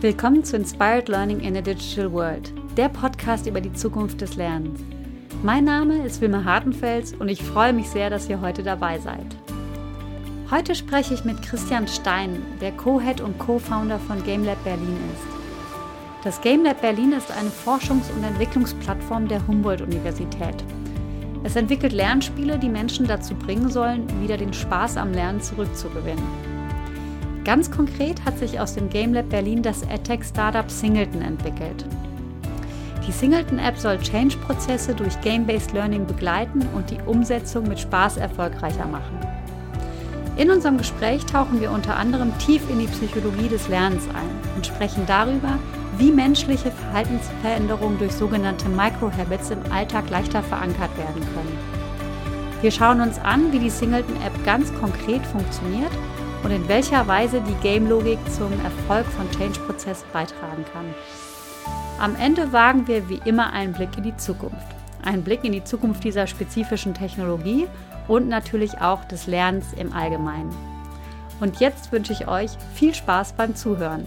Willkommen zu Inspired Learning in a Digital World, der Podcast über die Zukunft des Lernens. Mein Name ist Wilma Hartenfels und ich freue mich sehr, dass ihr heute dabei seid. Heute spreche ich mit Christian Stein, der Co-Head und Co-Founder von GameLab Berlin ist. Das GameLab Berlin ist eine Forschungs- und Entwicklungsplattform der Humboldt-Universität. Es entwickelt Lernspiele, die Menschen dazu bringen sollen, wieder den Spaß am Lernen zurückzugewinnen. Ganz konkret hat sich aus dem GameLab Berlin das EdTech-Startup Singleton entwickelt. Die Singleton-App soll Change-Prozesse durch Game-Based Learning begleiten und die Umsetzung mit Spaß erfolgreicher machen. In unserem Gespräch tauchen wir unter anderem tief in die Psychologie des Lernens ein und sprechen darüber, wie menschliche Verhaltensveränderungen durch sogenannte Microhabits im Alltag leichter verankert werden können. Wir schauen uns an, wie die Singleton-App ganz konkret funktioniert und in welcher Weise die Game-Logik zum Erfolg von Change-Prozessen beitragen kann. Am Ende wagen wir wie immer einen Blick in die Zukunft. Einen Blick in die Zukunft dieser spezifischen Technologie und natürlich auch des Lernens im Allgemeinen. Und jetzt wünsche ich euch viel Spaß beim Zuhören.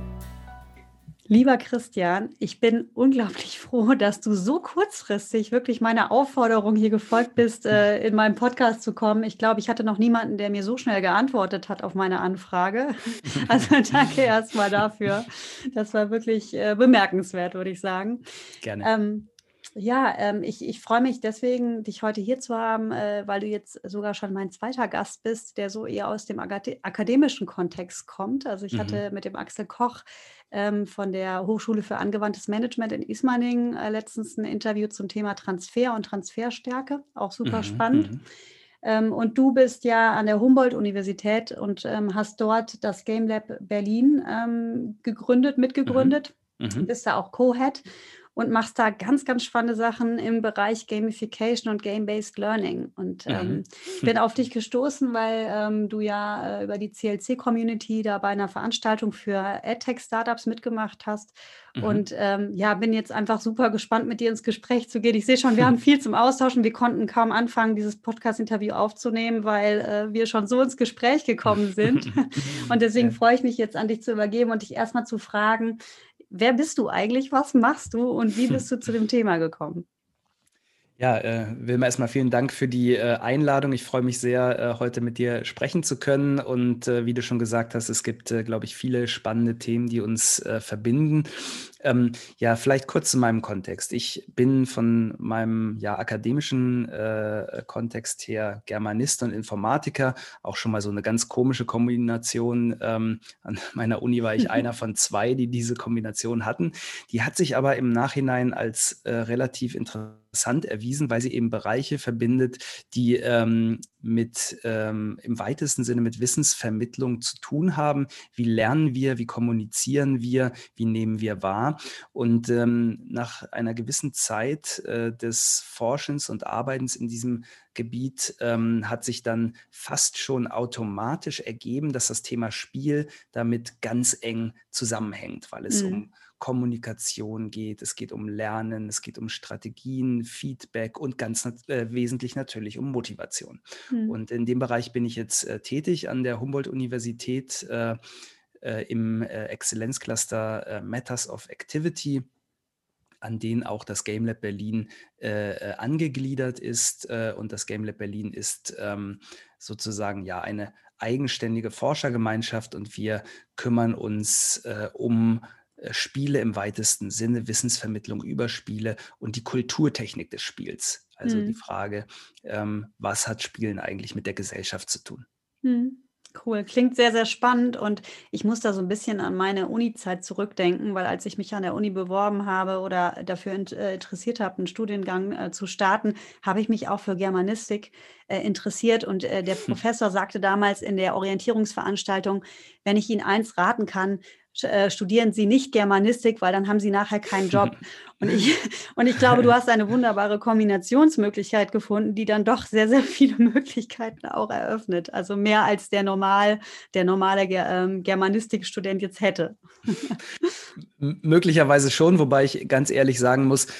Lieber Christian, ich bin unglaublich froh, dass du so kurzfristig wirklich meiner Aufforderung hier gefolgt bist, in meinem Podcast zu kommen. Ich glaube, ich hatte noch niemanden, der mir so schnell geantwortet hat auf meine Anfrage. Also danke erstmal dafür. Das war wirklich bemerkenswert, würde ich sagen. Gerne. Ich freue mich deswegen, dich heute hier zu haben, weil du jetzt sogar schon mein zweiter Gast bist, der so eher aus dem akademischen Kontext kommt. Also ich hatte mit dem Axel Koch von der Hochschule für angewandtes Management in Ismaning letztens ein Interview zum Thema Transfer und Transferstärke, auch super spannend. Und du bist ja an der Humboldt-Universität und hast dort das GameLab Berlin mitgegründet. Du bist da auch Co-Head und machst da ganz, ganz spannende Sachen im Bereich Gamification und Game-Based Learning. Und ich bin auf dich gestoßen, weil du ja über die CLC-Community da bei einer Veranstaltung für EdTech-Startups mitgemacht hast. Und bin jetzt einfach super gespannt, mit dir ins Gespräch zu gehen. Ich sehe schon, wir haben viel zum Austauschen. Wir konnten kaum anfangen, dieses Podcast-Interview aufzunehmen, weil wir schon so ins Gespräch gekommen sind. Und deswegen freue ich mich jetzt, an dich zu übergeben und dich erstmal zu fragen, wer bist du eigentlich, was machst du und wie bist du zu dem Thema gekommen? Ja, Wilma, erstmal vielen Dank für die Einladung. Ich freue mich sehr, heute mit dir sprechen zu können. Und wie du schon gesagt hast, es gibt, glaube ich, viele spannende Themen, die uns verbinden. Vielleicht kurz zu meinem Kontext. Ich bin von meinem akademischen Kontext her Germanist und Informatiker. Auch schon mal so eine ganz komische Kombination. An meiner Uni war ich einer von zwei, die diese Kombination hatten. Die hat sich aber im Nachhinein als relativ interessant erwiesen, weil sie eben Bereiche verbindet, die im weitesten Sinne mit Wissensvermittlung zu tun haben. Wie lernen wir, wie kommunizieren wir, wie nehmen wir wahr? Und nach einer gewissen Zeit des Forschens und Arbeitens in diesem Gebiet hat sich dann fast schon automatisch ergeben, dass das Thema Spiel damit ganz eng zusammenhängt, weil es um Kommunikation geht, es geht um Lernen, es geht um Strategien, Feedback und ganz wesentlich natürlich um Motivation. Und in dem Bereich bin ich jetzt tätig an der Humboldt-Universität im Exzellenzcluster Matters of Activity, an denen auch das GameLab Berlin angegliedert ist. Und das GameLab Berlin ist sozusagen eine eigenständige Forschergemeinschaft und wir kümmern uns um Spiele im weitesten Sinne, Wissensvermittlung über Spiele und die Kulturtechnik des Spiels. Also die Frage, was hat Spielen eigentlich mit der Gesellschaft zu tun? Cool, klingt sehr, sehr spannend und ich muss da so ein bisschen an meine Uni-Zeit zurückdenken, weil als ich mich an der Uni beworben habe oder dafür interessiert habe, einen Studiengang zu starten, habe ich mich auch für Germanistik interessiert und der Professor sagte damals in der Orientierungsveranstaltung, wenn ich Ihnen eins raten kann, studieren Sie nicht Germanistik, weil dann haben Sie nachher keinen Job. Und ich glaube, du hast eine wunderbare Kombinationsmöglichkeit gefunden, die dann doch sehr, sehr viele Möglichkeiten auch eröffnet. Also mehr als der normale Germanistikstudent jetzt hätte. Möglicherweise schon, wobei ich ganz ehrlich sagen muss,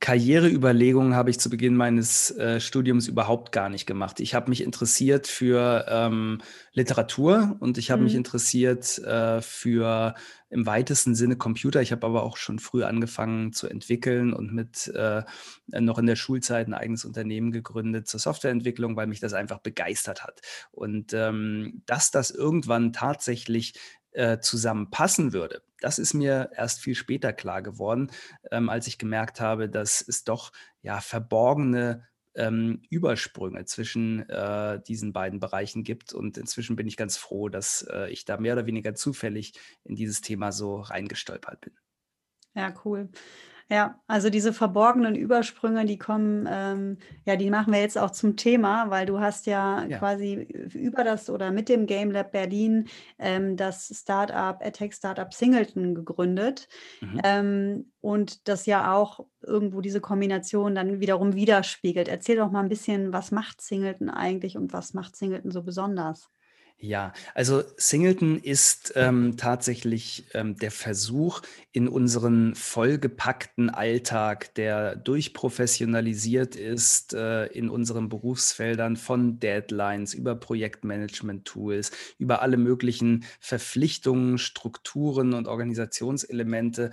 Karriereüberlegungen habe ich zu Beginn meines Studiums überhaupt gar nicht gemacht. Ich habe mich interessiert für Literatur und ich habe mich Mhm. interessiert für im weitesten Sinne Computer. Ich habe aber auch schon früh angefangen zu entwickeln und mit noch in der Schulzeit ein eigenes Unternehmen gegründet zur Softwareentwicklung, weil mich das einfach begeistert hat. Und dass das irgendwann tatsächlich zusammenpassen würde, das ist mir erst viel später klar geworden, als ich gemerkt habe, dass es doch ja verborgene Übersprünge zwischen diesen beiden Bereichen gibt. Und inzwischen bin ich ganz froh, dass ich da mehr oder weniger zufällig in dieses Thema so reingestolpert bin. Ja, cool. Ja, also diese verborgenen Übersprünge, die kommen, ja, die machen wir jetzt auch zum Thema, weil du hast ja Ja. quasi über das oder mit dem Game Lab Berlin das Startup, EdTech Startup Singleton gegründet. Mhm. Und das ja auch irgendwo diese Kombination dann wiederum widerspiegelt. Erzähl doch mal ein bisschen, was macht Singleton eigentlich und was macht Singleton so besonders? Ja, also Singleton ist tatsächlich der Versuch, in unseren vollgepackten Alltag, der durchprofessionalisiert ist, in unseren Berufsfeldern von Deadlines über Projektmanagement-Tools, über alle möglichen Verpflichtungen, Strukturen und Organisationselemente,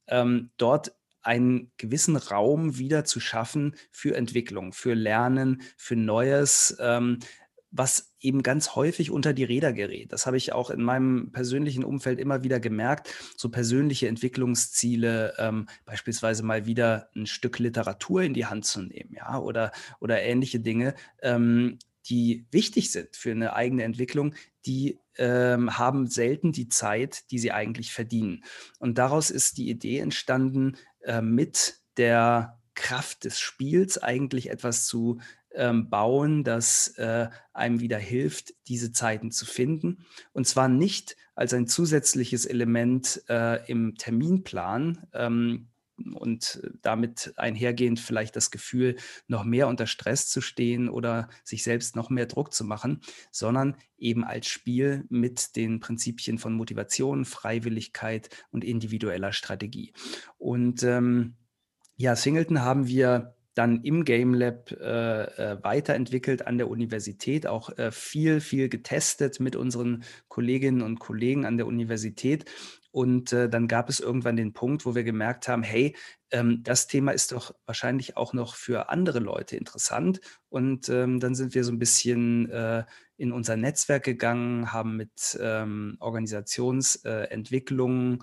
dort einen gewissen Raum wieder zu schaffen für Entwicklung, für Lernen, für Neues. Was eben ganz häufig unter die Räder gerät. Das habe ich auch in meinem persönlichen Umfeld immer wieder gemerkt. So persönliche Entwicklungsziele, beispielsweise mal wieder ein Stück Literatur in die Hand zu nehmen, ja, oder ähnliche Dinge, die wichtig sind für eine eigene Entwicklung, die haben selten die Zeit, die sie eigentlich verdienen. Und daraus ist die Idee entstanden, mit der Kraft des Spiels eigentlich etwas zu bauen, das einem wieder hilft, diese Zeiten zu finden. Und zwar nicht als ein zusätzliches Element im Terminplan und damit einhergehend vielleicht das Gefühl, noch mehr unter Stress zu stehen oder sich selbst noch mehr Druck zu machen, sondern eben als Spiel mit den Prinzipien von Motivation, Freiwilligkeit und individueller Strategie. Und ja, Singleton haben wir dann im Game Lab weiterentwickelt an der Universität, auch viel getestet mit unseren Kolleginnen und Kollegen an der Universität. Und dann gab es irgendwann den Punkt, wo wir gemerkt haben, hey, das Thema ist doch wahrscheinlich auch noch für andere Leute interessant. Und dann sind wir so ein bisschen in unser Netzwerk gegangen, haben mit Organisationsentwicklung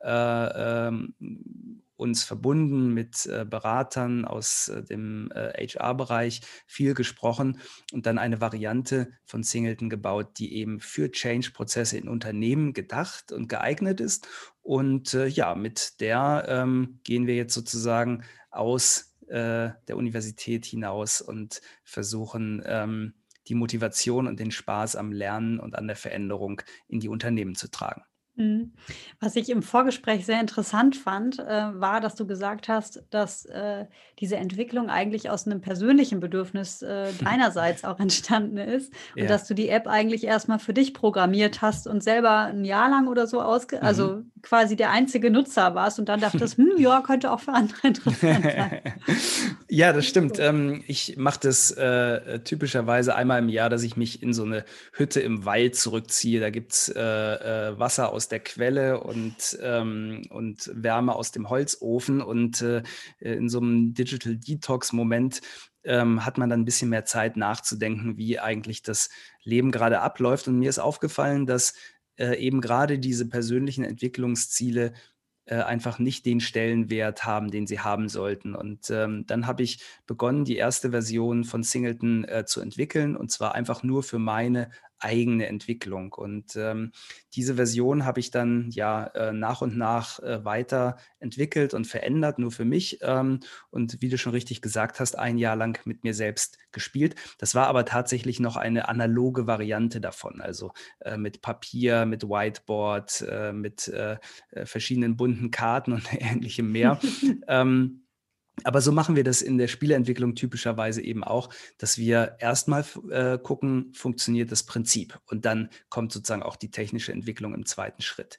uns verbunden mit Beratern aus dem HR-Bereich, viel gesprochen und dann eine Variante von Singleton gebaut, die eben für Change-Prozesse in Unternehmen gedacht und geeignet ist. Und ja, mit der gehen wir jetzt sozusagen aus der Universität hinaus und versuchen, die Motivation und den Spaß am Lernen und an der Veränderung in die Unternehmen zu tragen. Mhm. Was ich im Vorgespräch sehr interessant fand, war, dass du gesagt hast, dass, diese Entwicklung eigentlich aus einem persönlichen Bedürfnis, deinerseits auch entstanden ist und Ja. dass du die App eigentlich erst mal für dich programmiert hast und selber ein Jahr lang oder so Mhm. also quasi der einzige Nutzer warst und dann dachtest: „Hm, ja, könnte auch für andere interessant sein.“ Ja, das stimmt. Cool. Ich mache das typischerweise einmal im Jahr, dass ich mich in so eine Hütte im Wald zurückziehe. Da gibt's Wasser aus der Quelle und Wärme aus dem Holzofen. Und in so einem Digital Detox-Moment hat man dann ein bisschen mehr Zeit nachzudenken, wie eigentlich das Leben gerade abläuft. Und mir ist aufgefallen, dass eben gerade diese persönlichen Entwicklungsziele einfach nicht den Stellenwert haben, den sie haben sollten. Und dann habe ich begonnen, die erste Version von Singleton zu entwickeln, und zwar einfach nur für meine eigene Entwicklung. Und diese Version habe ich dann ja nach und nach weiterentwickelt und verändert, nur für mich. Und wie du schon richtig gesagt hast, ein Jahr lang mit mir selbst gespielt. Das war aber tatsächlich noch eine analoge Variante davon, also mit Papier, mit Whiteboard, mit verschiedenen bunten Karten und ähnlichem mehr. Ähm, Aber so machen wir das in der Spieleentwicklung typischerweise eben auch, dass wir erstmal gucken, funktioniert das Prinzip? Und dann kommt sozusagen auch die technische Entwicklung im zweiten Schritt.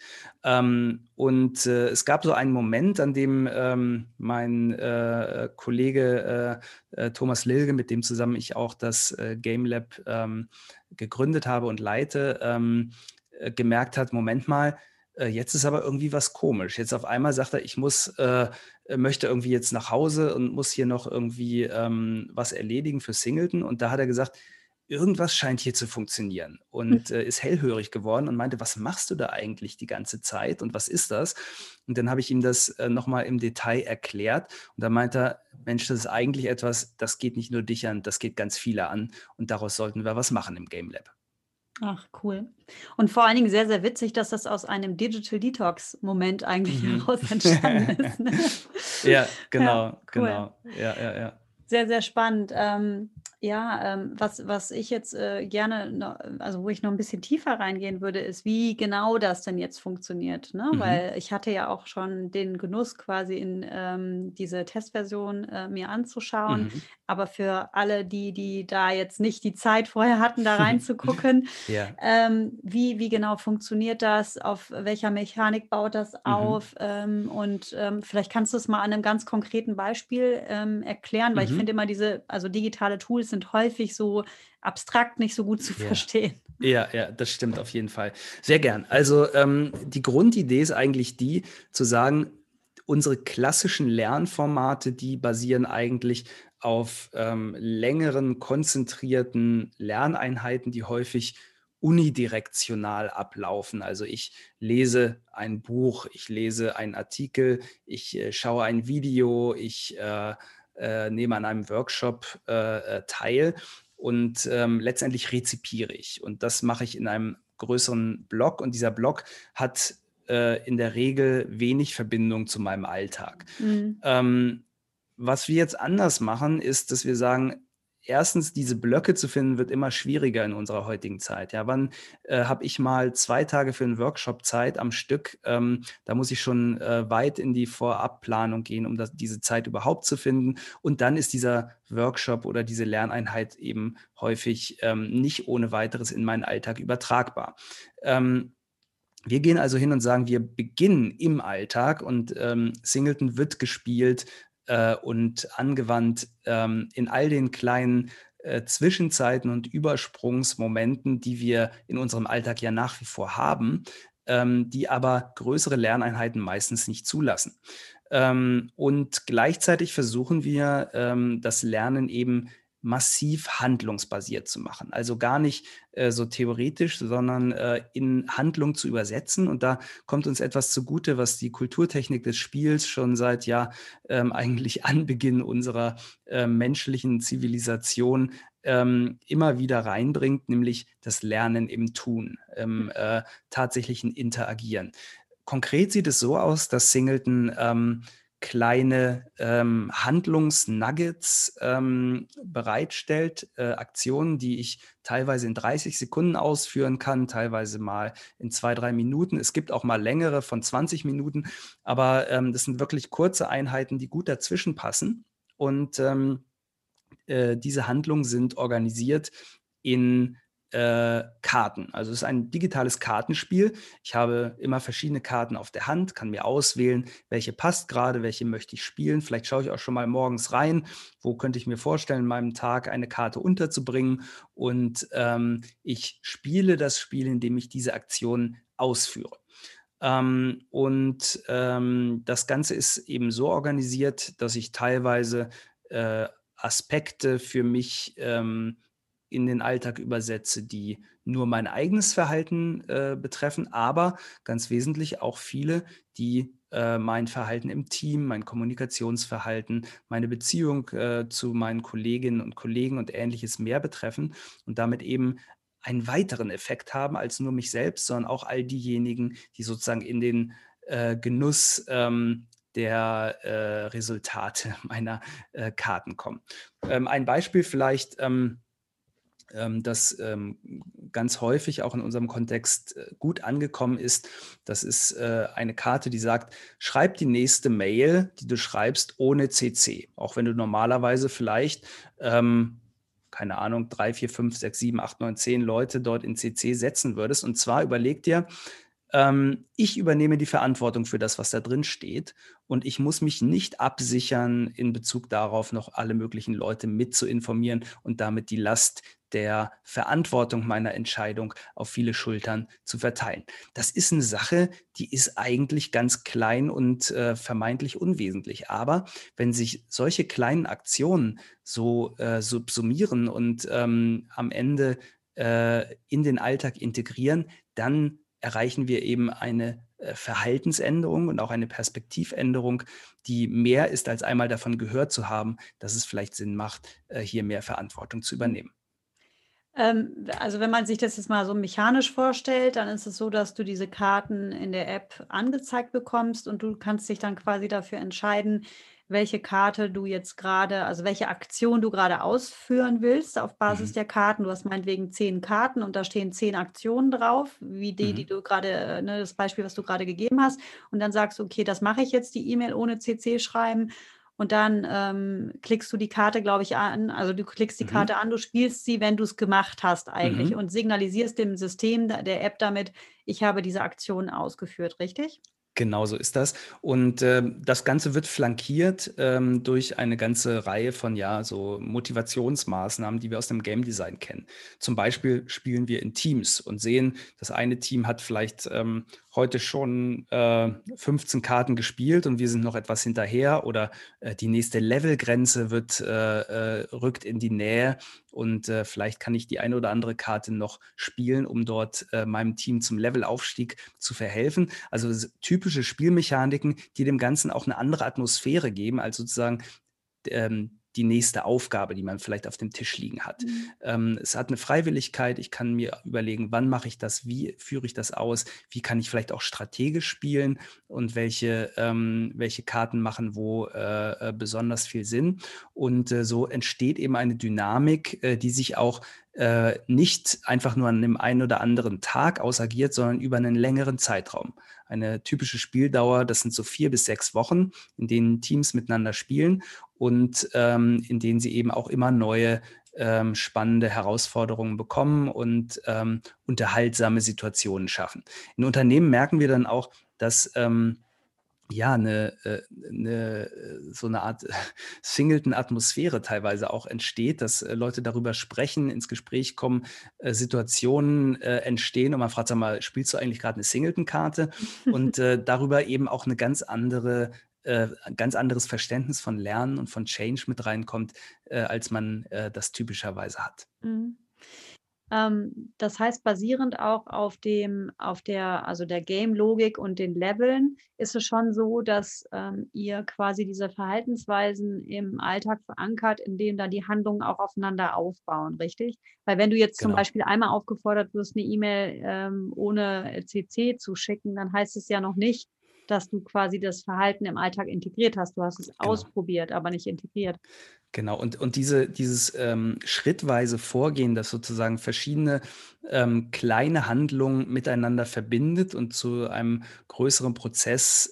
Es gab so einen Moment, an dem mein Kollege Thomas Lilge, mit dem zusammen ich auch das Game Lab gegründet habe und leite, gemerkt hat, Moment mal, jetzt ist aber irgendwie was komisch. Jetzt auf einmal sagt er, ich möchte irgendwie jetzt nach Hause und muss hier noch irgendwie was erledigen für Singleton. Und da hat er gesagt, irgendwas scheint hier zu funktionieren und ist hellhörig geworden und meinte, was machst du da eigentlich die ganze Zeit und was ist das? Und dann habe ich ihm das nochmal im Detail erklärt und da meinte er, Mensch, das ist eigentlich etwas, das geht nicht nur dich an, das geht ganz viele an und daraus sollten wir was machen im Game Lab. Ach, cool. Und vor allen Dingen sehr, sehr witzig, dass das aus einem Digital Detox-Moment eigentlich Mhm. heraus entstanden ist, ne? Ja, Ja, genau, cool. genau. Ja, ja, ja. Sehr, sehr spannend. Was ich jetzt gerne, also wo ich noch ein bisschen tiefer reingehen würde, ist, wie genau das denn jetzt funktioniert. Ne? Mhm. Weil ich hatte ja auch schon den Genuss, quasi in diese Testversion mir anzuschauen. Mhm. Aber für alle, die da jetzt nicht die Zeit vorher hatten, da reinzugucken, Ja. wie genau funktioniert das? Auf welcher Mechanik baut das Mhm. auf? Vielleicht kannst du es mal an einem ganz konkreten Beispiel erklären, weil ich Mhm. finde immer also digitale Tools sind häufig so abstrakt, nicht so gut zu Ja. verstehen. Ja, ja, das stimmt auf jeden Fall. Sehr gern. Also die Grundidee ist eigentlich die, zu sagen, unsere klassischen Lernformate, die basieren eigentlich auf längeren, konzentrierten Lerneinheiten, die häufig unidirektional ablaufen. Also ich lese ein Buch, ich lese einen Artikel, ich schaue ein Video, ich nehme an einem Workshop teil und letztendlich rezipiere ich. Und das mache ich in einem größeren Block und dieser Block hat in der Regel wenig Verbindung zu meinem Alltag. Mhm. Ähm, Was wir jetzt anders machen, ist, dass wir sagen, erstens, diese Blöcke zu finden, wird immer schwieriger in unserer heutigen Zeit. Ja, wann habe ich mal 2 Tage für einen Workshop Zeit am Stück? Da muss ich schon weit in die Vorabplanung gehen, um diese Zeit überhaupt zu finden. Und dann ist dieser Workshop oder diese Lerneinheit eben häufig nicht ohne weiteres in meinen Alltag übertragbar. Ähm, Wir gehen also hin und sagen, wir beginnen im Alltag und Singleton wird gespielt und angewandt in all den kleinen Zwischenzeiten und Übersprungsmomenten, die wir in unserem Alltag ja nach wie vor haben, die aber größere Lerneinheiten meistens nicht zulassen. Und gleichzeitig versuchen wir, das Lernen eben massiv handlungsbasiert zu machen. Also gar nicht so theoretisch, sondern in Handlung zu übersetzen. Und da kommt uns etwas zugute, was die Kulturtechnik des Spiels schon seit eigentlich Anbeginn unserer menschlichen Zivilisation immer wieder reinbringt, nämlich das Lernen im Tun, im tatsächlichen Interagieren. Konkret sieht es so aus, dass Singleton kleine Handlungsnuggets bereitstellt, Aktionen, die ich teilweise in 30 Sekunden ausführen kann, teilweise mal in 2, 3 Minuten. Es gibt auch mal längere von 20 Minuten, aber das sind wirklich kurze Einheiten, die gut dazwischen passen. Und diese Handlungen sind organisiert in Karten. Also es ist ein digitales Kartenspiel. Ich habe immer verschiedene Karten auf der Hand, kann mir auswählen, welche passt gerade, welche möchte ich spielen. Vielleicht schaue ich auch schon mal morgens rein, wo könnte ich mir vorstellen, in meinem Tag eine Karte unterzubringen. Und ich spiele das Spiel, indem ich diese Aktion ausführe. Das Ganze ist eben so organisiert, dass ich teilweise Aspekte für mich in den Alltag übersetze, die nur mein eigenes Verhalten betreffen, aber ganz wesentlich auch viele, die mein Verhalten im Team, mein Kommunikationsverhalten, meine Beziehung zu meinen Kolleginnen und Kollegen und Ähnliches mehr betreffen und damit eben einen weiteren Effekt haben als nur mich selbst, sondern auch all diejenigen, die sozusagen in den Genuss der Resultate meiner Karten kommen. Ein Beispiel vielleicht, das ganz häufig auch in unserem Kontext gut angekommen ist. Das ist eine Karte, die sagt, schreib die nächste Mail, die du schreibst, ohne CC. Auch wenn du normalerweise vielleicht, keine Ahnung, 3, 4, 5, 6, 7, 8, 9, 10 Leute dort in CC setzen würdest. Und zwar überleg dir, ich übernehme die Verantwortung für das, was da drin steht, und ich muss mich nicht absichern in Bezug darauf, noch alle möglichen Leute mit zu informieren und damit die Last der Verantwortung meiner Entscheidung auf viele Schultern zu verteilen. Das ist eine Sache, die ist eigentlich ganz klein und vermeintlich unwesentlich. Aber wenn sich solche kleinen Aktionen so subsumieren und am Ende in den Alltag integrieren, dann erreichen wir eben eine Verhaltensänderung und auch eine Perspektivänderung, die mehr ist, als einmal davon gehört zu haben, dass es vielleicht Sinn macht, hier mehr Verantwortung zu übernehmen. Also wenn man sich das jetzt mal so mechanisch vorstellt, dann ist es so, dass du diese Karten in der App angezeigt bekommst und du kannst dich dann quasi dafür entscheiden, welche Karte du jetzt gerade, also welche Aktion du gerade ausführen willst auf Basis Mhm. der Karten. Du hast meinetwegen 10 Karten und da stehen 10 Aktionen drauf, wie die Mhm. du gerade, ne, das Beispiel, was du gerade gegeben hast. Und dann sagst du, okay, das mache ich jetzt, die E-Mail ohne CC schreiben. Und dann klickst du die Karte, glaube ich, an. Also du klickst die Mhm. Karte an, du spielst sie, wenn du es gemacht hast eigentlich Mhm. und signalisierst dem System der App damit, ich habe diese Aktion ausgeführt, richtig? Genau so ist das. Und das Ganze wird flankiert durch eine ganze Reihe von ja, so Motivationsmaßnahmen, die wir aus dem Game Design kennen. Zum Beispiel spielen wir in Teams und sehen, das eine Team hat vielleicht heute schon 15 Karten gespielt und wir sind noch etwas hinterher, oder die nächste Levelgrenze rückt in die Nähe, und vielleicht kann ich die eine oder andere Karte noch spielen, um dort meinem Team zum Levelaufstieg zu verhelfen. Also typische Spielmechaniken, die dem Ganzen auch eine andere Atmosphäre geben, als sozusagen die nächste Aufgabe, die man vielleicht auf dem Tisch liegen hat. Mhm. Es hat eine Freiwilligkeit. Ich kann mir überlegen, wann mache ich das, wie führe ich das aus, wie kann ich vielleicht auch strategisch spielen und welche Karten machen wo besonders viel Sinn. Und so entsteht eben eine Dynamik, die sich auch nicht einfach nur an dem einen oder anderen Tag ausagiert, sondern über einen längeren Zeitraum. Eine typische Spieldauer, das sind so 4 bis 6 Wochen, in denen Teams miteinander spielen und in denen sie eben auch immer neue spannende Herausforderungen bekommen und unterhaltsame Situationen schaffen. In Unternehmen merken wir dann auch, dass ja, so eine Art Singleton-Atmosphäre teilweise auch entsteht, dass Leute darüber sprechen, ins Gespräch kommen, Situationen entstehen und man fragt, sag mal, spielst du eigentlich gerade eine Singleton-Karte? Und darüber eben auch eine ganz anderes Verständnis von Lernen und von Change mit reinkommt, als man das typischerweise hat. Mhm. Das heißt, basierend auch also der Game-Logik und den Leveln ist es schon so, dass, ihr quasi diese Verhaltensweisen im Alltag verankert, indem dann die Handlungen auch aufeinander aufbauen, richtig? Weil wenn du jetzt zum Genau. Beispiel einmal aufgefordert wirst, eine E-Mail, ohne CC zu schicken, dann heißt es ja noch nicht, dass du quasi das Verhalten im Alltag integriert hast. Du hast es Genau. ausprobiert, aber nicht integriert. Genau, und dieses schrittweise Vorgehen, das sozusagen verschiedene kleine Handlungen miteinander verbindet und zu einem größeren Prozess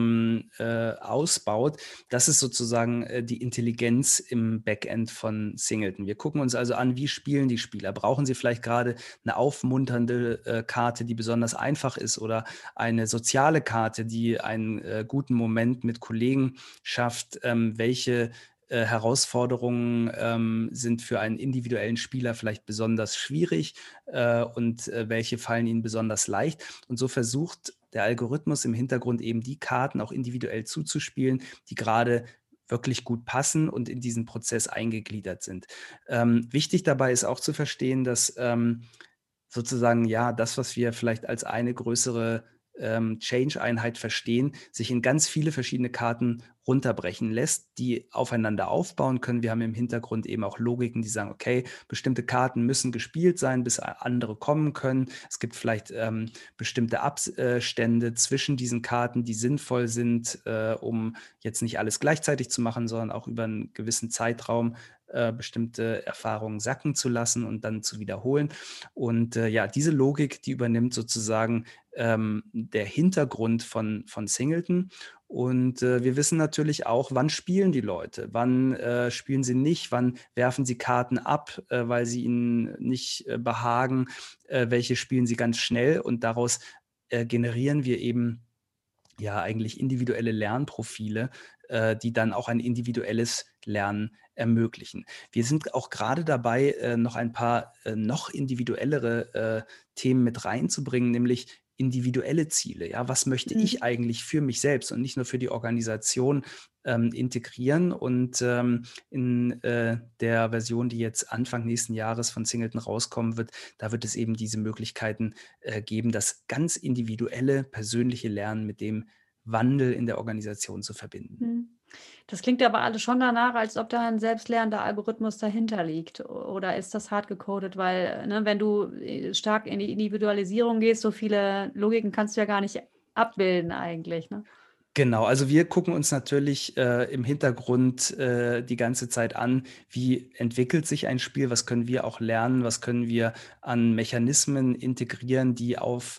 ausbaut, das ist sozusagen die Intelligenz im Backend von Singleton. Wir gucken uns also an, wie spielen die Spieler? Brauchen sie vielleicht gerade eine aufmunternde Karte, die besonders einfach ist, oder eine soziale Karte, die einen guten Moment mit Kollegen schafft? Welche Herausforderungen sind für einen individuellen Spieler vielleicht besonders schwierig und welche fallen ihnen besonders leicht. Und so versucht der Algorithmus im Hintergrund eben die Karten auch individuell zuzuspielen, die gerade wirklich gut passen und in diesen Prozess eingegliedert sind. Wichtig dabei ist auch zu verstehen, dass sozusagen ja das, was wir vielleicht als eine größere Change-Einheit verstehen, sich in ganz viele verschiedene Karten runterbrechen lässt, die aufeinander aufbauen können. Wir haben im Hintergrund eben auch Logiken, die sagen, okay, bestimmte Karten müssen gespielt sein, bis andere kommen können. Es gibt vielleicht bestimmte Abstände zwischen diesen Karten, die sinnvoll sind, um jetzt nicht alles gleichzeitig zu machen, sondern auch über einen gewissen Zeitraum bestimmte Erfahrungen sacken zu lassen und dann zu wiederholen. Und ja, diese Logik, die übernimmt sozusagen der Hintergrund von Singleton. Und wir wissen natürlich auch, wann spielen die Leute, wann spielen sie nicht, wann werfen sie Karten ab, weil sie ihnen nicht behagen, welche spielen sie ganz schnell. Und daraus generieren wir eben ja eigentlich individuelle Lernprofile, die dann auch ein individuelles Lernen ermöglichen. Wir sind auch gerade dabei, noch ein paar noch individuellere Themen mit reinzubringen, nämlich individuelle Ziele. Ja, was möchte ich Mhm. eigentlich für mich selbst und nicht nur für die Organisation integrieren? Und in der Version, die jetzt Anfang nächsten Jahres von Singleton rauskommen wird, da wird es eben diese Möglichkeiten geben, das ganz individuelle, persönliche Lernen mit dem Wandel in der Organisation zu verbinden. Mhm. Das klingt aber alles schon danach, als ob da ein selbstlernender Algorithmus dahinter liegt. Oder ist das hart gecodet? Weil, ne, wenn du stark in die Individualisierung gehst, so viele Logiken kannst du ja gar nicht abbilden eigentlich, ne? Genau, also wir gucken uns natürlich im Hintergrund die ganze Zeit an, wie entwickelt sich ein Spiel, was können wir auch lernen, was können wir an Mechanismen integrieren, die auf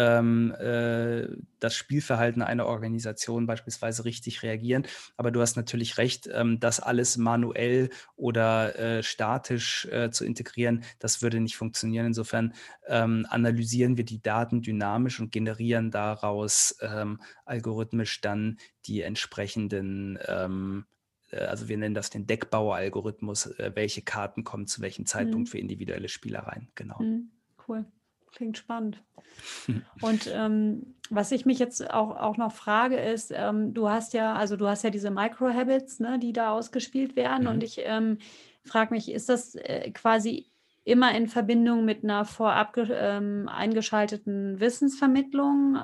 das Spielverhalten einer Organisation beispielsweise richtig reagieren. Aber du hast natürlich recht, das alles manuell oder statisch zu integrieren, das würde nicht funktionieren. Insofern analysieren wir die Daten dynamisch und generieren daraus algorithmisch dann die entsprechenden, also wir nennen das den Deckbauer-Algorithmus, welche Karten kommen zu welchem Zeitpunkt Mhm. für individuelle Spielereien. Genau. Mhm. Cool. Klingt spannend. Und was ich mich jetzt auch noch frage, ist, du hast ja diese Micro-Habits, ne, die da ausgespielt werden. Und Mhm. ich frage mich, ist das quasi immer in Verbindung mit einer vorab eingeschalteten Wissensvermittlung?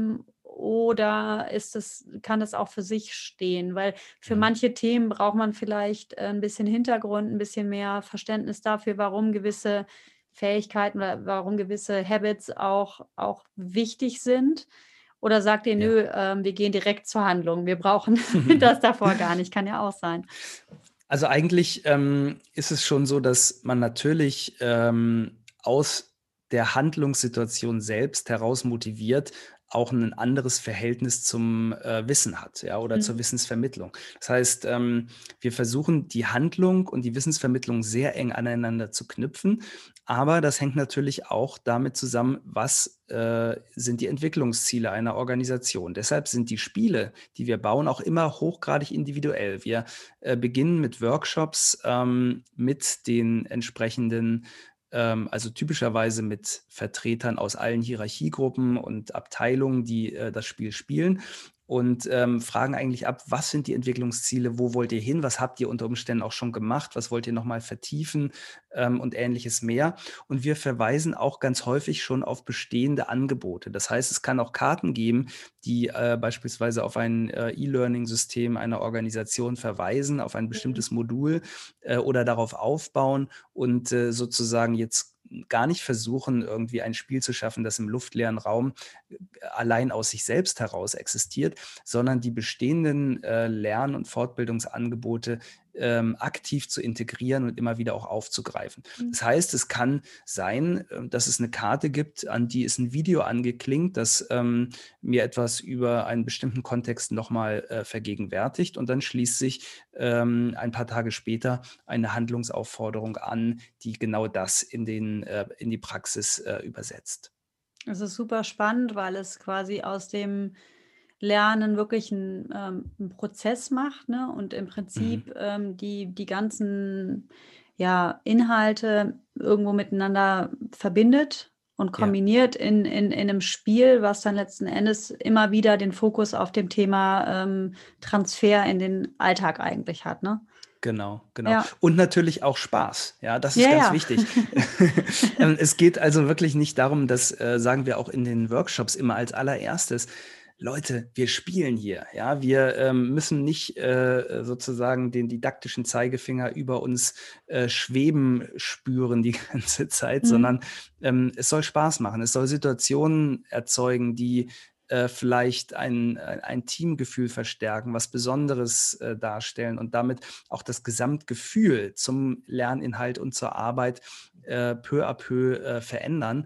Oder kann das auch für sich stehen? Weil für Mhm. manche Themen braucht man vielleicht ein bisschen Hintergrund, ein bisschen mehr Verständnis dafür, warum gewisse Fähigkeiten oder warum gewisse Habits auch wichtig sind? Oder sagt ihr: Ja. „Nö, wir gehen direkt zur Handlung. Wir brauchen das davor gar nicht“, kann ja auch sein. Also eigentlich ist es schon so, dass man natürlich aus der Handlungssituation selbst heraus motiviert auch ein anderes Verhältnis zum Wissen hat, ja, oder zur Mhm. Wissensvermittlung. Das heißt, wir versuchen die Handlung und die Wissensvermittlung sehr eng aneinander zu knüpfen, aber das hängt natürlich auch damit zusammen, was sind die Entwicklungsziele einer Organisation. Deshalb sind die Spiele, die wir bauen, auch immer hochgradig individuell. Wir beginnen mit Workshops mit den entsprechenden, also typischerweise mit Vertretern aus allen Hierarchiegruppen und Abteilungen, die das Spiel spielen und fragen eigentlich ab, was sind die Entwicklungsziele, wo wollt ihr hin, was habt ihr unter Umständen auch schon gemacht, was wollt ihr nochmal vertiefen und ähnliches mehr. Und wir verweisen auch ganz häufig schon auf bestehende Angebote. Das heißt, es kann auch Karten geben, die beispielsweise auf ein E-Learning-System einer Organisation verweisen, auf ein Mhm. bestimmtes Modul oder darauf aufbauen und sozusagen jetzt gar nicht versuchen, irgendwie ein Spiel zu schaffen, das im luftleeren Raum allein aus sich selbst heraus existiert, sondern die bestehenden Lern- und Fortbildungsangebote aktiv zu integrieren und immer wieder auch aufzugreifen. Mhm. Das heißt, es kann sein, dass es eine Karte gibt, an die ist ein Video angeklinkt, das mir etwas über einen bestimmten Kontext nochmal vergegenwärtigt und dann schließt sich ein paar Tage später eine Handlungsaufforderung an, die genau das in die Praxis übersetzt. Es ist super spannend, weil es quasi aus dem Lernen wirklich 'n Prozess macht, ne, und im Mhm. Prinzip die ganzen, ja, Inhalte irgendwo miteinander verbindet und Ja. kombiniert in 'nem Spiel, was dann letzten Endes immer wieder den Fokus auf dem Thema Transfer in den Alltag eigentlich hat, ne? Genau, genau. Ja. Und natürlich auch Spaß. Ja, das ist Ja, ganz ja. wichtig. Es geht also wirklich nicht darum, das sagen wir auch in den Workshops immer als allererstes. Leute, wir spielen hier. Ja, wir müssen nicht sozusagen den didaktischen Zeigefinger über uns schweben spüren die ganze Zeit, Mhm. sondern es soll Spaß machen. Es soll Situationen erzeugen, die vielleicht ein Teamgefühl verstärken, was Besonderes darstellen und damit auch das Gesamtgefühl zum Lerninhalt und zur Arbeit peu à peu verändern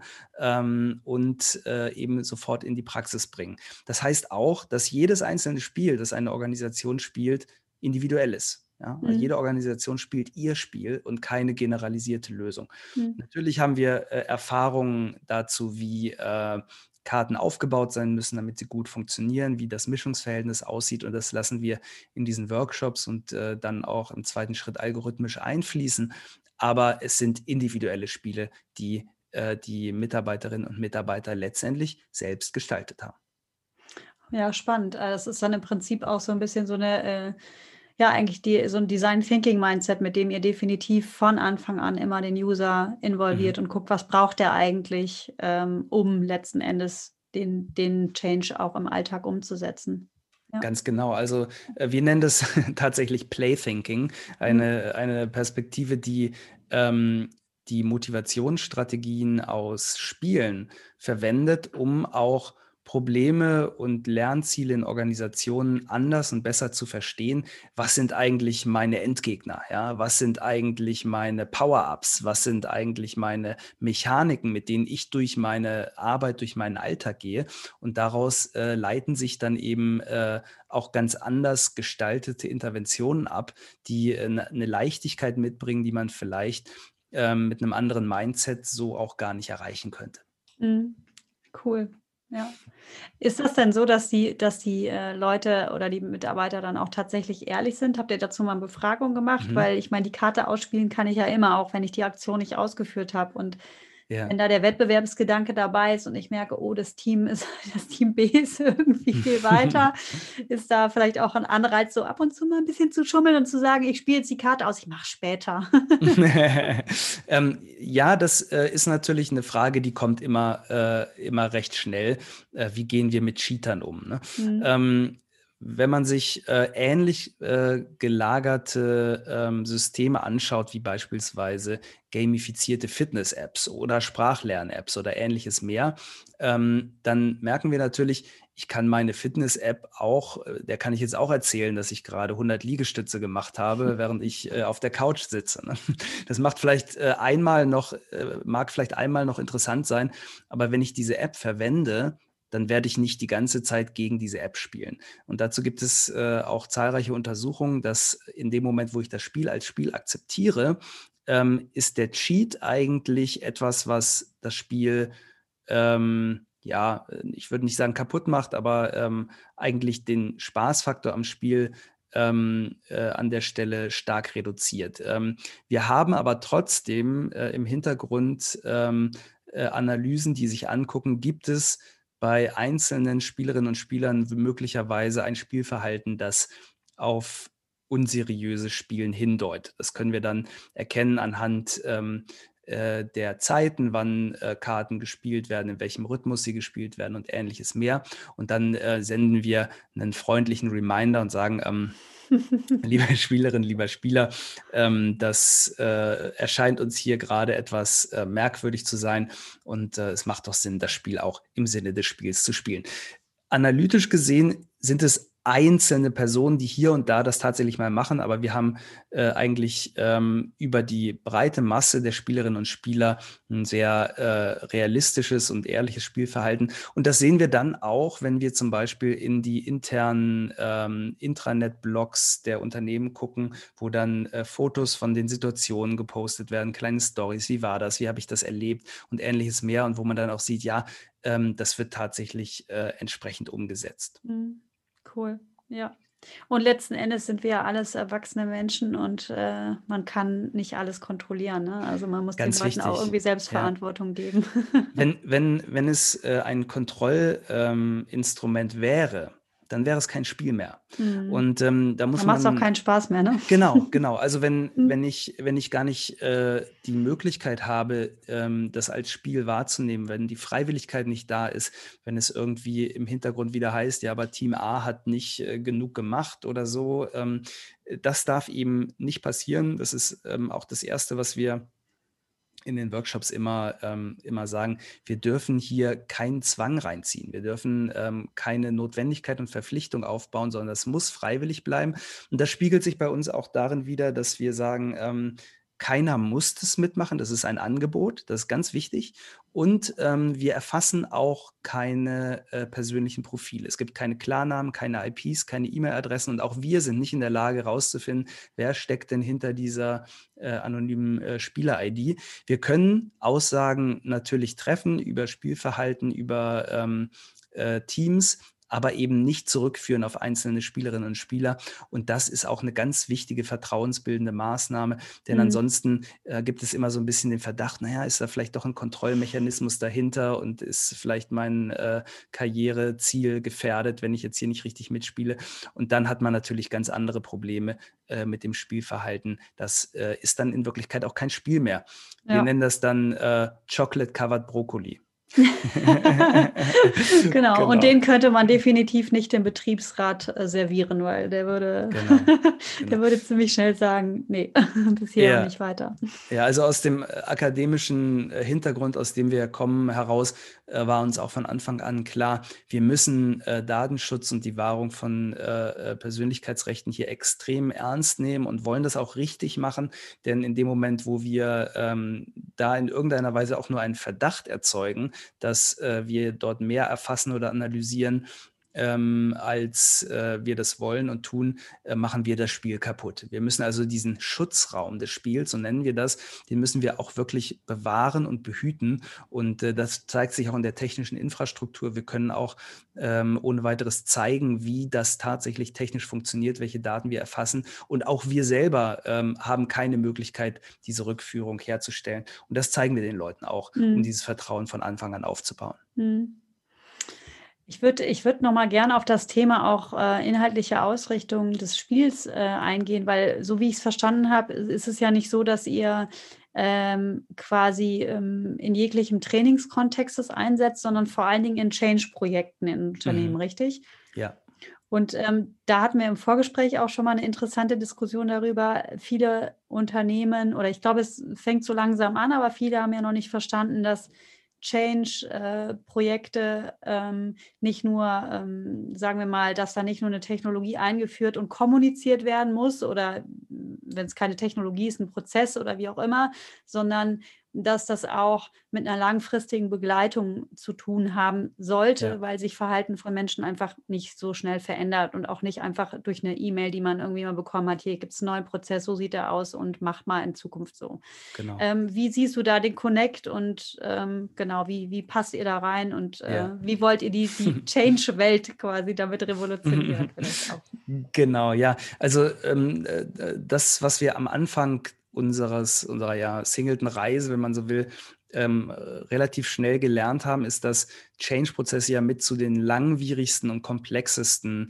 und eben sofort in die Praxis bringen. Das heißt auch, dass jedes einzelne Spiel, das eine Organisation spielt, individuell ist. Ja? Also Mhm. jede Organisation spielt ihr Spiel und keine generalisierte Lösung. Mhm. Natürlich haben wir Erfahrungen dazu, wie Karten aufgebaut sein müssen, damit sie gut funktionieren, wie das Mischungsverhältnis aussieht. Und das lassen wir in diesen Workshops und dann auch im zweiten Schritt algorithmisch einfließen. Aber es sind individuelle Spiele, die die Mitarbeiterinnen und Mitarbeiter letztendlich selbst gestaltet haben. Ja, spannend. Das ist dann im Prinzip auch so ein bisschen so eine, ja, eigentlich so ein Design Thinking Mindset, mit dem ihr definitiv von Anfang an immer den User involviert Mhm. und guckt, was braucht der eigentlich, um letzten Endes den Change auch im Alltag umzusetzen. Ja. Ganz genau. Also wir nennen das tatsächlich Playthinking, Mhm. eine Perspektive, die ähm, die Motivationsstrategien aus Spielen verwendet, um auch Probleme und Lernziele in Organisationen anders und besser zu verstehen. Was sind eigentlich meine Endgegner? Ja? Was sind eigentlich meine Power-Ups? Was sind eigentlich meine Mechaniken, mit denen ich durch meine Arbeit, durch meinen Alltag gehe? Und daraus leiten sich dann eben auch ganz anders gestaltete Interventionen ab, die eine Leichtigkeit mitbringen, die man vielleicht mit einem anderen Mindset so auch gar nicht erreichen könnte. Mhm. Cool, ja. Ist das denn so, dass die Leute oder die Mitarbeiter dann auch tatsächlich ehrlich sind? Habt ihr dazu mal 'ne Befragung gemacht? Mhm. Weil ich meine, die Karte ausspielen kann ich ja immer, auch wenn ich die Aktion nicht ausgeführt habe. Und Ja. wenn da der Wettbewerbsgedanke dabei ist und ich merke: „Oh, das Team ist das Team B ist irgendwie viel weiter“, ist da vielleicht auch 'n Anreiz, so ab und zu mal 'n bisschen zu schummeln und zu sagen: „Ich spiele jetzt die Karte aus, ich mache später.“ Ja, das ist natürlich eine Frage, die kommt immer recht schnell. Wie gehen wir mit Cheatern um, ne? Mhm. Wenn man sich ähnlich gelagerte Systeme anschaut, wie beispielsweise gamifizierte Fitness-Apps oder Sprachlern-Apps oder Ähnliches mehr, dann merken wir natürlich, ich kann meine Fitness-App auch der kann ich jetzt auch erzählen, dass ich gerade 100 Liegestütze gemacht habe, während ich auf der Couch sitze, ne? Das macht vielleicht mag vielleicht einmal noch interessant sein, aber wenn ich diese App verwende, dann werde ich nicht die ganze Zeit gegen diese App spielen. Und dazu gibt es auch zahlreiche Untersuchungen, dass in dem Moment, wo ich das Spiel als Spiel akzeptiere, ist der Cheat eigentlich etwas, was das Spiel, ja, ich würde nicht sagen kaputt macht, aber eigentlich den Spaßfaktor am Spiel an der Stelle stark reduziert. Wir haben aber trotzdem im Hintergrund Analysen, die sich angucken, gibt es bei einzelnen Spielerinnen und Spielern möglicherweise ein Spielverhalten, das auf unseriöses Spielen hindeutet. Das können wir dann erkennen anhand der Zeiten, wann Karten gespielt werden, in welchem Rhythmus sie gespielt werden und Ähnliches mehr. Und dann senden wir einen freundlichen Reminder und sagen, liebe Spielerin, lieber Spieler, das erscheint uns hier gerade etwas merkwürdig zu sein und es macht doch Sinn, das Spiel auch im Sinne des Spiels zu spielen. Analytisch gesehen sind es einzelne Personen, die hier und da das tatsächlich mal machen, aber wir haben eigentlich über die breite Masse der Spielerinnen und Spieler ein sehr realistisches und ehrliches Spielverhalten. Und das sehen wir dann auch, wenn wir zum Beispiel in die internen Intranet-Blogs der Unternehmen gucken, wo dann Fotos von den Situationen gepostet werden, kleine Stories, wie war das, wie habe ich das erlebt und Ähnliches mehr. Und wo man dann auch sieht, ja, das wird tatsächlich entsprechend umgesetzt. Mhm. Cool, ja. Und letzten Endes sind wir ja alles erwachsene Menschen und, man kann nicht alles kontrollieren, ne? Also, man muss den Ganz Leuten auch wichtig. irgendwie Ja. Selbstverantwortung geben. Wenn es ein Kontrollinstrument Instrument wäre, dann wäre es kein Spiel mehr. Mhm. Und da muss Dann macht's auch man keinen Spaß mehr, ne? genau. Also Mhm. wenn ich gar nicht die Möglichkeit habe, das als Spiel wahrzunehmen, wenn die Freiwilligkeit nicht da ist, wenn es irgendwie im Hintergrund wieder heißt, ja, aber Team A hat nicht genug gemacht oder so, das darf eben nicht passieren. Das ist auch das Erste, was wir in den Workshops immer sagen, wir dürfen hier keinen Zwang reinziehen. Wir dürfen keine Notwendigkeit und Verpflichtung aufbauen, sondern das muss freiwillig bleiben. Und das spiegelt sich bei uns auch darin wider, dass wir sagen, keiner muss das mitmachen. Das ist ein Angebot, das ist ganz wichtig. Und wir erfassen auch keine persönlichen Profile. Es gibt keine Klarnamen, keine IPs, keine E-Mail-Adressen und auch wir sind nicht in der Lage herauszufinden, wer steckt denn hinter dieser anonymen Spieler-ID. Wir können Aussagen natürlich treffen über Spielverhalten, über Teams, aber eben nicht zurückführen auf einzelne Spielerinnen und Spieler. Und das ist auch eine ganz wichtige vertrauensbildende Maßnahme, denn ansonsten gibt es immer so ein bisschen den Verdacht, naja, ist da vielleicht doch ein Kontrollmechanismus dahinter und ist vielleicht mein Karriereziel gefährdet, wenn ich jetzt hier nicht richtig mitspiele. Und dann hat man natürlich ganz andere Probleme mit dem Spielverhalten. Das ist dann in Wirklichkeit auch kein Spiel mehr. Wir nennen das dann Chocolate-Covered Brokkoli. Genau, und den könnte man definitiv nicht dem Betriebsrat servieren, weil der würde, der würde ziemlich schnell sagen, nee, bis hier und nicht weiter. Ja, also aus dem akademischen Hintergrund, aus dem wir kommen, heraus war uns auch von Anfang an klar, wir müssen Datenschutz und die Wahrung von Persönlichkeitsrechten hier extrem ernst nehmen und wollen das auch richtig machen, denn in dem Moment, wo wir da in irgendeiner Weise auch nur einen Verdacht erzeugen, dass wir dort mehr erfassen oder analysieren, als wir das wollen und tun, machen wir das Spiel kaputt. Wir müssen also diesen Schutzraum des Spiels, so nennen wir das, den müssen wir auch wirklich bewahren und behüten. Und das zeigt sich auch in der technischen Infrastruktur. Wir können auch ohne weiteres zeigen, wie das tatsächlich technisch funktioniert, welche Daten wir erfassen. Und auch wir selber haben keine Möglichkeit, diese Rückführung herzustellen. Und das zeigen wir den Leuten auch, um dieses Vertrauen von Anfang an aufzubauen. Ich würd noch mal gerne auf das Thema auch inhaltliche Ausrichtung des Spiels eingehen, weil so wie ich es verstanden habe, ist es ja nicht so, dass ihr quasi in jeglichem Trainingskontext das einsetzt, sondern vor allen Dingen in Change-Projekten in Unternehmen, richtig? Ja. Und da hatten wir im Vorgespräch auch schon mal eine interessante Diskussion darüber. Viele Unternehmen, oder ich glaube, es fängt so langsam an, aber viele haben ja noch nicht verstanden, dass Change-Projekte nicht nur, sagen wir mal, dass da nicht nur eine Technologie eingeführt und kommuniziert werden muss oder wenn es keine Technologie ist, ein Prozess oder wie auch immer, sondern dass das auch mit einer langfristigen Begleitung zu tun haben sollte, weil sich Verhalten von Menschen einfach nicht so schnell verändert und auch nicht einfach durch eine E-Mail, die man irgendwie mal bekommen hat, hier gibt es einen neuen Prozess, so sieht er aus und macht mal in Zukunft so. Genau. Wie siehst du da den Connect und genau, wie passt ihr da rein und wie wollt ihr die Change-Welt quasi damit revolutionieren? Vielleicht auch? Genau, ja. Also das, was wir am Anfang unserer Singleton-Reise, wenn man so will, relativ schnell gelernt haben, ist, dass Change-Prozesse ja mit zu den langwierigsten und komplexesten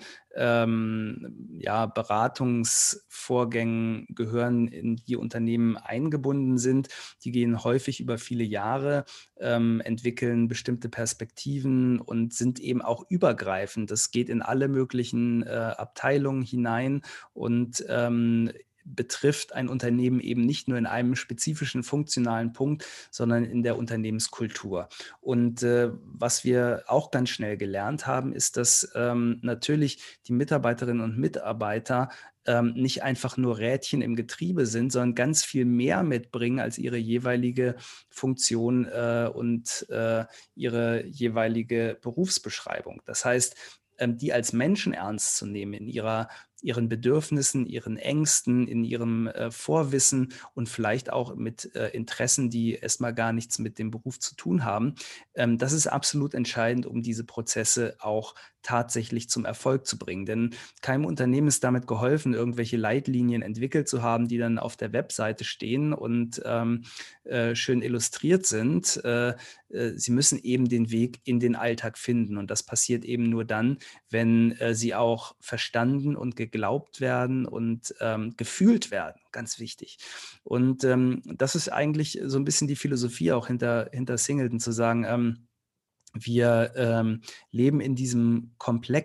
Beratungsvorgängen gehören, in die Unternehmen eingebunden sind. Die gehen häufig über viele Jahre, entwickeln bestimmte Perspektiven und sind eben auch übergreifend. Das geht in alle möglichen Abteilungen hinein und betrifft ein Unternehmen eben nicht nur in einem spezifischen funktionalen Punkt, sondern in der Unternehmenskultur. Und was wir auch ganz schnell gelernt haben, ist, dass natürlich die Mitarbeiterinnen und Mitarbeiter nicht einfach nur Rädchen im Getriebe sind, sondern ganz viel mehr mitbringen als ihre jeweilige Funktion und ihre jeweilige Berufsbeschreibung. Das heißt, die als Menschen ernst zu nehmen in ihren Bedürfnissen, ihren Ängsten, in ihrem Vorwissen und vielleicht auch mit Interessen, die erstmal gar nichts mit dem Beruf zu tun haben. Das ist absolut entscheidend, um diese Prozesse auch tatsächlich zum Erfolg zu bringen. Denn keinem Unternehmen ist damit geholfen, irgendwelche Leitlinien entwickelt zu haben, die dann auf der Webseite stehen und schön illustriert sind. Sie müssen eben den Weg in den Alltag finden. Und das passiert eben nur dann, wenn sie auch verstanden und geglaubt werden und gefühlt werden. Ganz wichtig. Und das ist eigentlich so ein bisschen die Philosophie auch hinter Singleton, zu sagen, wir leben in diesem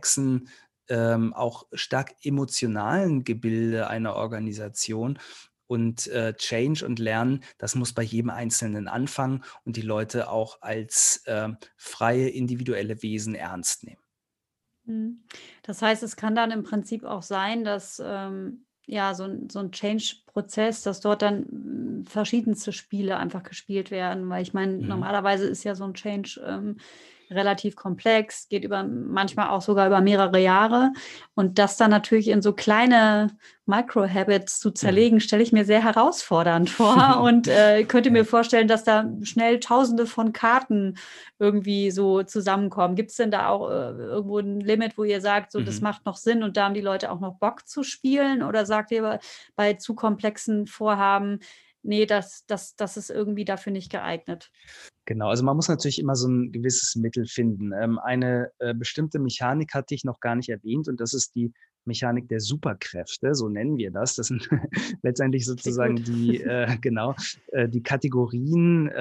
komplexen, auch stark emotionalen Gebilde einer Organisation. Und Change und Lernen, das muss bei jedem Einzelnen anfangen und die Leute auch als freie, individuelle Wesen ernst nehmen. Mhm. Das heißt, es kann dann im Prinzip auch sein, dass, ja, so 'n Change-Prozess, dass dort dann, verschiedenste Spiele einfach gespielt werden, weil ich meine, Mhm. normalerweise ist ja so 'n Change, relativ komplex, geht über manchmal auch sogar über mehrere Jahre und das dann natürlich in so kleine Micro-Habits zu Mhm. zerlegen, stelle ich mir sehr herausfordernd vor und, könnte Ja. mir vorstellen, dass da schnell Tausende von Karten irgendwie so zusammenkommen. Gibt's denn da auch, irgendwo 'n Limit, wo ihr sagt, so, das Mhm. macht noch Sinn und da haben die Leute auch noch Bock zu spielen? Oder sagt ihr bei zu komplexen Vorhaben: „Ne, das ist irgendwie dafür nicht geeignet?“ Genau, also man muss natürlich immer so ein gewisses Mittel finden. Eine bestimmte Mechanik hatte ich noch gar nicht erwähnt und das ist die Mechanik der Superkräfte, so nennen wir das. Das sind letztendlich Klingt gut. sozusagen die genau, die Kategorien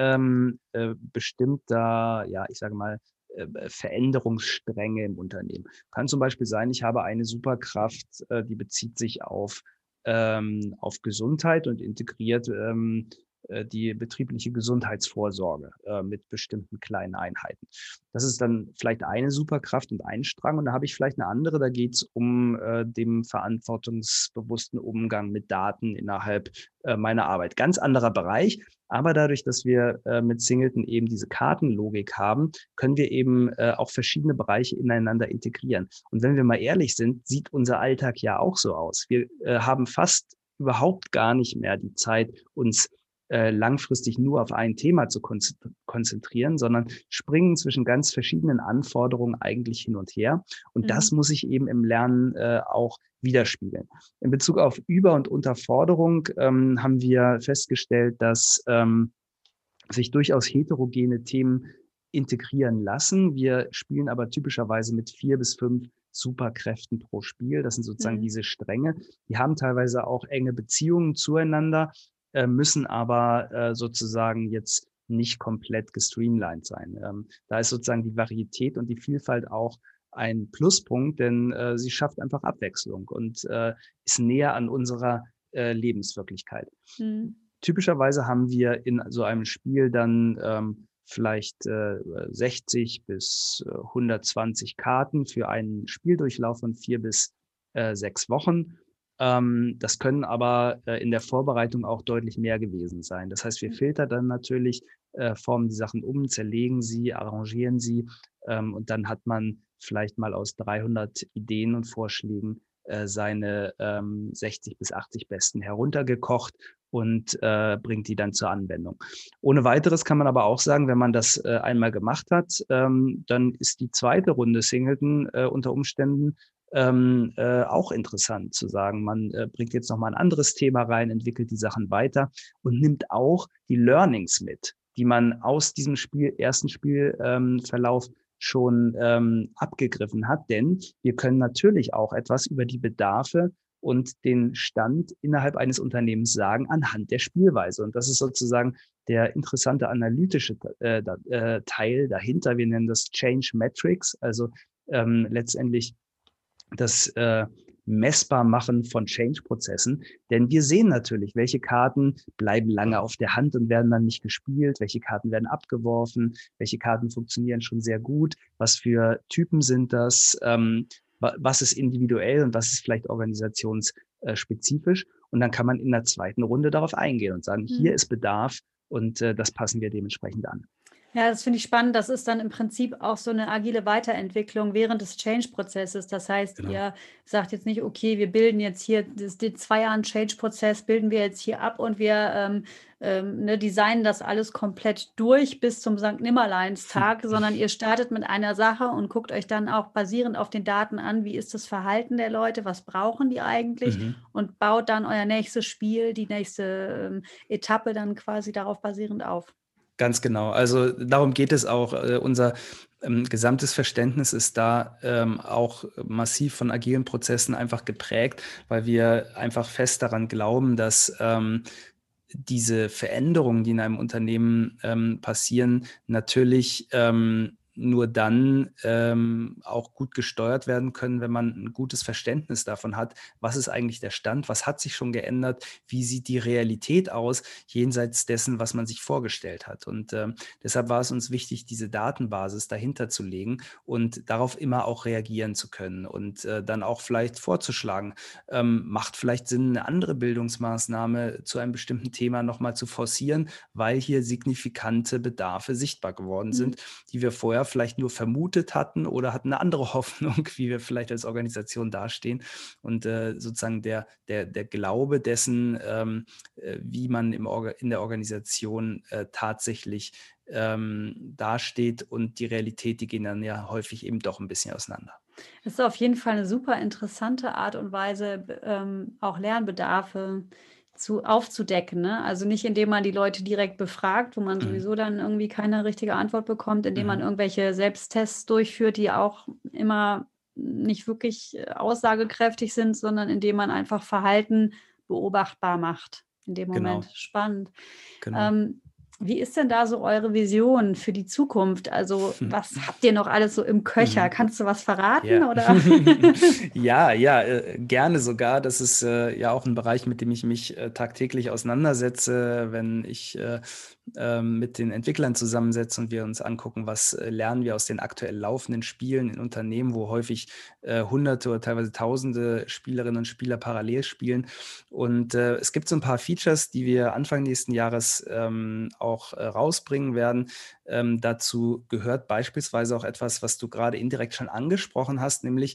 bestimmter, ja, ich sage mal, Veränderungsstränge im Unternehmen. Kann zum Beispiel sein, ich habe eine Superkraft, die bezieht sich auf Gesundheit und integriert die betriebliche Gesundheitsvorsorge mit bestimmten kleinen Einheiten. Das ist dann vielleicht eine Superkraft und ein Strang. Und da habe ich vielleicht eine andere, da geht es um den verantwortungsbewussten Umgang mit Daten innerhalb meiner Arbeit. Ganz anderer Bereich. Aber dadurch, dass wir mit Singleton eben diese Kartenlogik haben, können wir eben auch verschiedene Bereiche ineinander integrieren. Und wenn wir mal ehrlich sind, sieht unser Alltag ja auch so aus. Wir haben fast überhaupt gar nicht mehr die Zeit, uns langfristig nur auf ein Thema zu konzentrieren, sondern springen zwischen ganz verschiedenen Anforderungen eigentlich hin und her. Und das Mhm. muss sich eben im Lernen auch widerspiegeln. In Bezug auf Über- und Unterforderung haben wir festgestellt, dass sich durchaus heterogene Themen integrieren lassen. Wir spielen aber typischerweise mit 4 bis 5 Superkräften pro Spiel. Das sind sozusagen Mhm. diese Stränge. Die haben teilweise auch enge Beziehungen zueinander, müssen aber sozusagen jetzt nicht komplett gestreamlined sein. Da ist sozusagen die Varietät und die Vielfalt auch ein Pluspunkt, denn sie schafft einfach Abwechslung und ist näher an unserer Lebenswirklichkeit. Mhm. Typischerweise haben wir in so einem Spiel dann vielleicht 60 bis 120 Karten für einen Spieldurchlauf von 4 bis 6 Wochen. Das können aber in der Vorbereitung auch deutlich mehr gewesen sein. Das heißt, wir filtern dann natürlich, formen die Sachen um, zerlegen sie, arrangieren sie und dann hat man vielleicht mal aus 300 Ideen und Vorschlägen seine 60 bis 80 besten heruntergekocht und bringt die dann zur Anwendung. Ohne Weiteres kann man aber auch sagen, wenn man das einmal gemacht hat, dann ist die zweite Runde Singleton unter Umständen auch interessant zu sagen. Man bringt jetzt nochmal ein anderes Thema rein, entwickelt die Sachen weiter und nimmt auch die Learnings mit, die man aus diesem ersten Spielverlauf schon abgegriffen hat. Denn wir können natürlich auch etwas über die Bedarfe und den Stand innerhalb eines Unternehmens sagen anhand der Spielweise. Und das ist sozusagen der interessante analytische Teil dahinter. Wir nennen das Change Metrics, also letztendlich das Messbarmachen von Change-Prozessen. Denn wir sehen natürlich, welche Karten bleiben lange auf der Hand und werden dann nicht gespielt, welche Karten werden abgeworfen, welche Karten funktionieren schon sehr gut, was für Typen sind das, was ist individuell und was ist vielleicht organisationsspezifisch. Und dann kann man in der zweiten Runde darauf eingehen und sagen, hier Mhm. ist Bedarf und das passen wir dementsprechend an. Ja, das finde ich spannend. Das ist dann im Prinzip auch so 'ne agile Weiterentwicklung während des Change-Prozesses. Das heißt, Genau. ihr sagt jetzt nicht: „Okay, wir bilden jetzt hier den 2 Jahren Change-Prozess bilden wir jetzt hier ab und wir, ne, designen das alles komplett durch bis zum Sankt-Nimmerleins-Tag“, sondern ihr startet mit einer Sache und guckt euch dann auch basierend auf den Daten an, wie ist das Verhalten der Leute, was brauchen die eigentlich Mhm. und baut dann euer nächstes Spiel, die nächste, Etappe dann quasi darauf basierend auf. Ganz genau. Also, darum geht es auch. Unser gesamtes Verständnis ist da auch massiv von agilen Prozessen einfach geprägt, weil wir einfach fest daran glauben, dass diese Veränderungen, die in einem Unternehmen passieren, natürlich nur dann auch gut gesteuert werden können, wenn man ein gutes Verständnis davon hat, was ist eigentlich der Stand, was hat sich schon geändert, wie sieht die Realität aus, jenseits dessen, was man sich vorgestellt hat. Und deshalb war es uns wichtig, diese Datenbasis dahinter zu legen und darauf immer auch reagieren zu können und dann auch vielleicht vorzuschlagen, macht vielleicht Sinn, eine andere Bildungsmaßnahme zu einem bestimmten Thema nochmal zu forcieren, weil hier signifikante Bedarfe sichtbar geworden Mhm. sind, die wir vorher vielleicht nur vermutet hatten oder hatten eine andere Hoffnung, wie wir vielleicht als Organisation dastehen. Und sozusagen der Glaube dessen, wie man in der Organisation tatsächlich dasteht und die Realität, die gehen dann ja häufig eben doch ein bisschen auseinander. Das ist auf jeden Fall eine super interessante Art und Weise, auch Lernbedarfe aufzudecken, ne? Also, nicht, indem man die Leute direkt befragt, wo man Mhm. sowieso dann irgendwie keine richtige Antwort bekommt, indem man Mhm. irgendwelche Selbsttests durchführt, die auch immer nicht wirklich, aussagekräftig sind, sondern indem man einfach Verhalten beobachtbar macht in dem Moment. Genau, Spannend. genau. Ähm, Wie ist denn da so eure Vision für die Zukunft? Also, was habt ihr noch alles so im Köcher? Mhm. Kannst du was verraten Ja. oder? Ja, ja, gerne sogar. Das ist ja auch ein Bereich, mit dem ich mich tagtäglich auseinandersetze, wenn ich mit den Entwicklern zusammensetze und wir uns angucken, was lernen wir aus den aktuell laufenden Spielen in Unternehmen, wo häufig Hunderte oder teilweise Tausende Spielerinnen und Spieler parallel spielen. Und es gibt so ein paar Features, die wir Anfang nächsten Jahres auch rausbringen werden. Dazu gehört beispielsweise auch etwas, was du gerade indirekt schon angesprochen hast, nämlich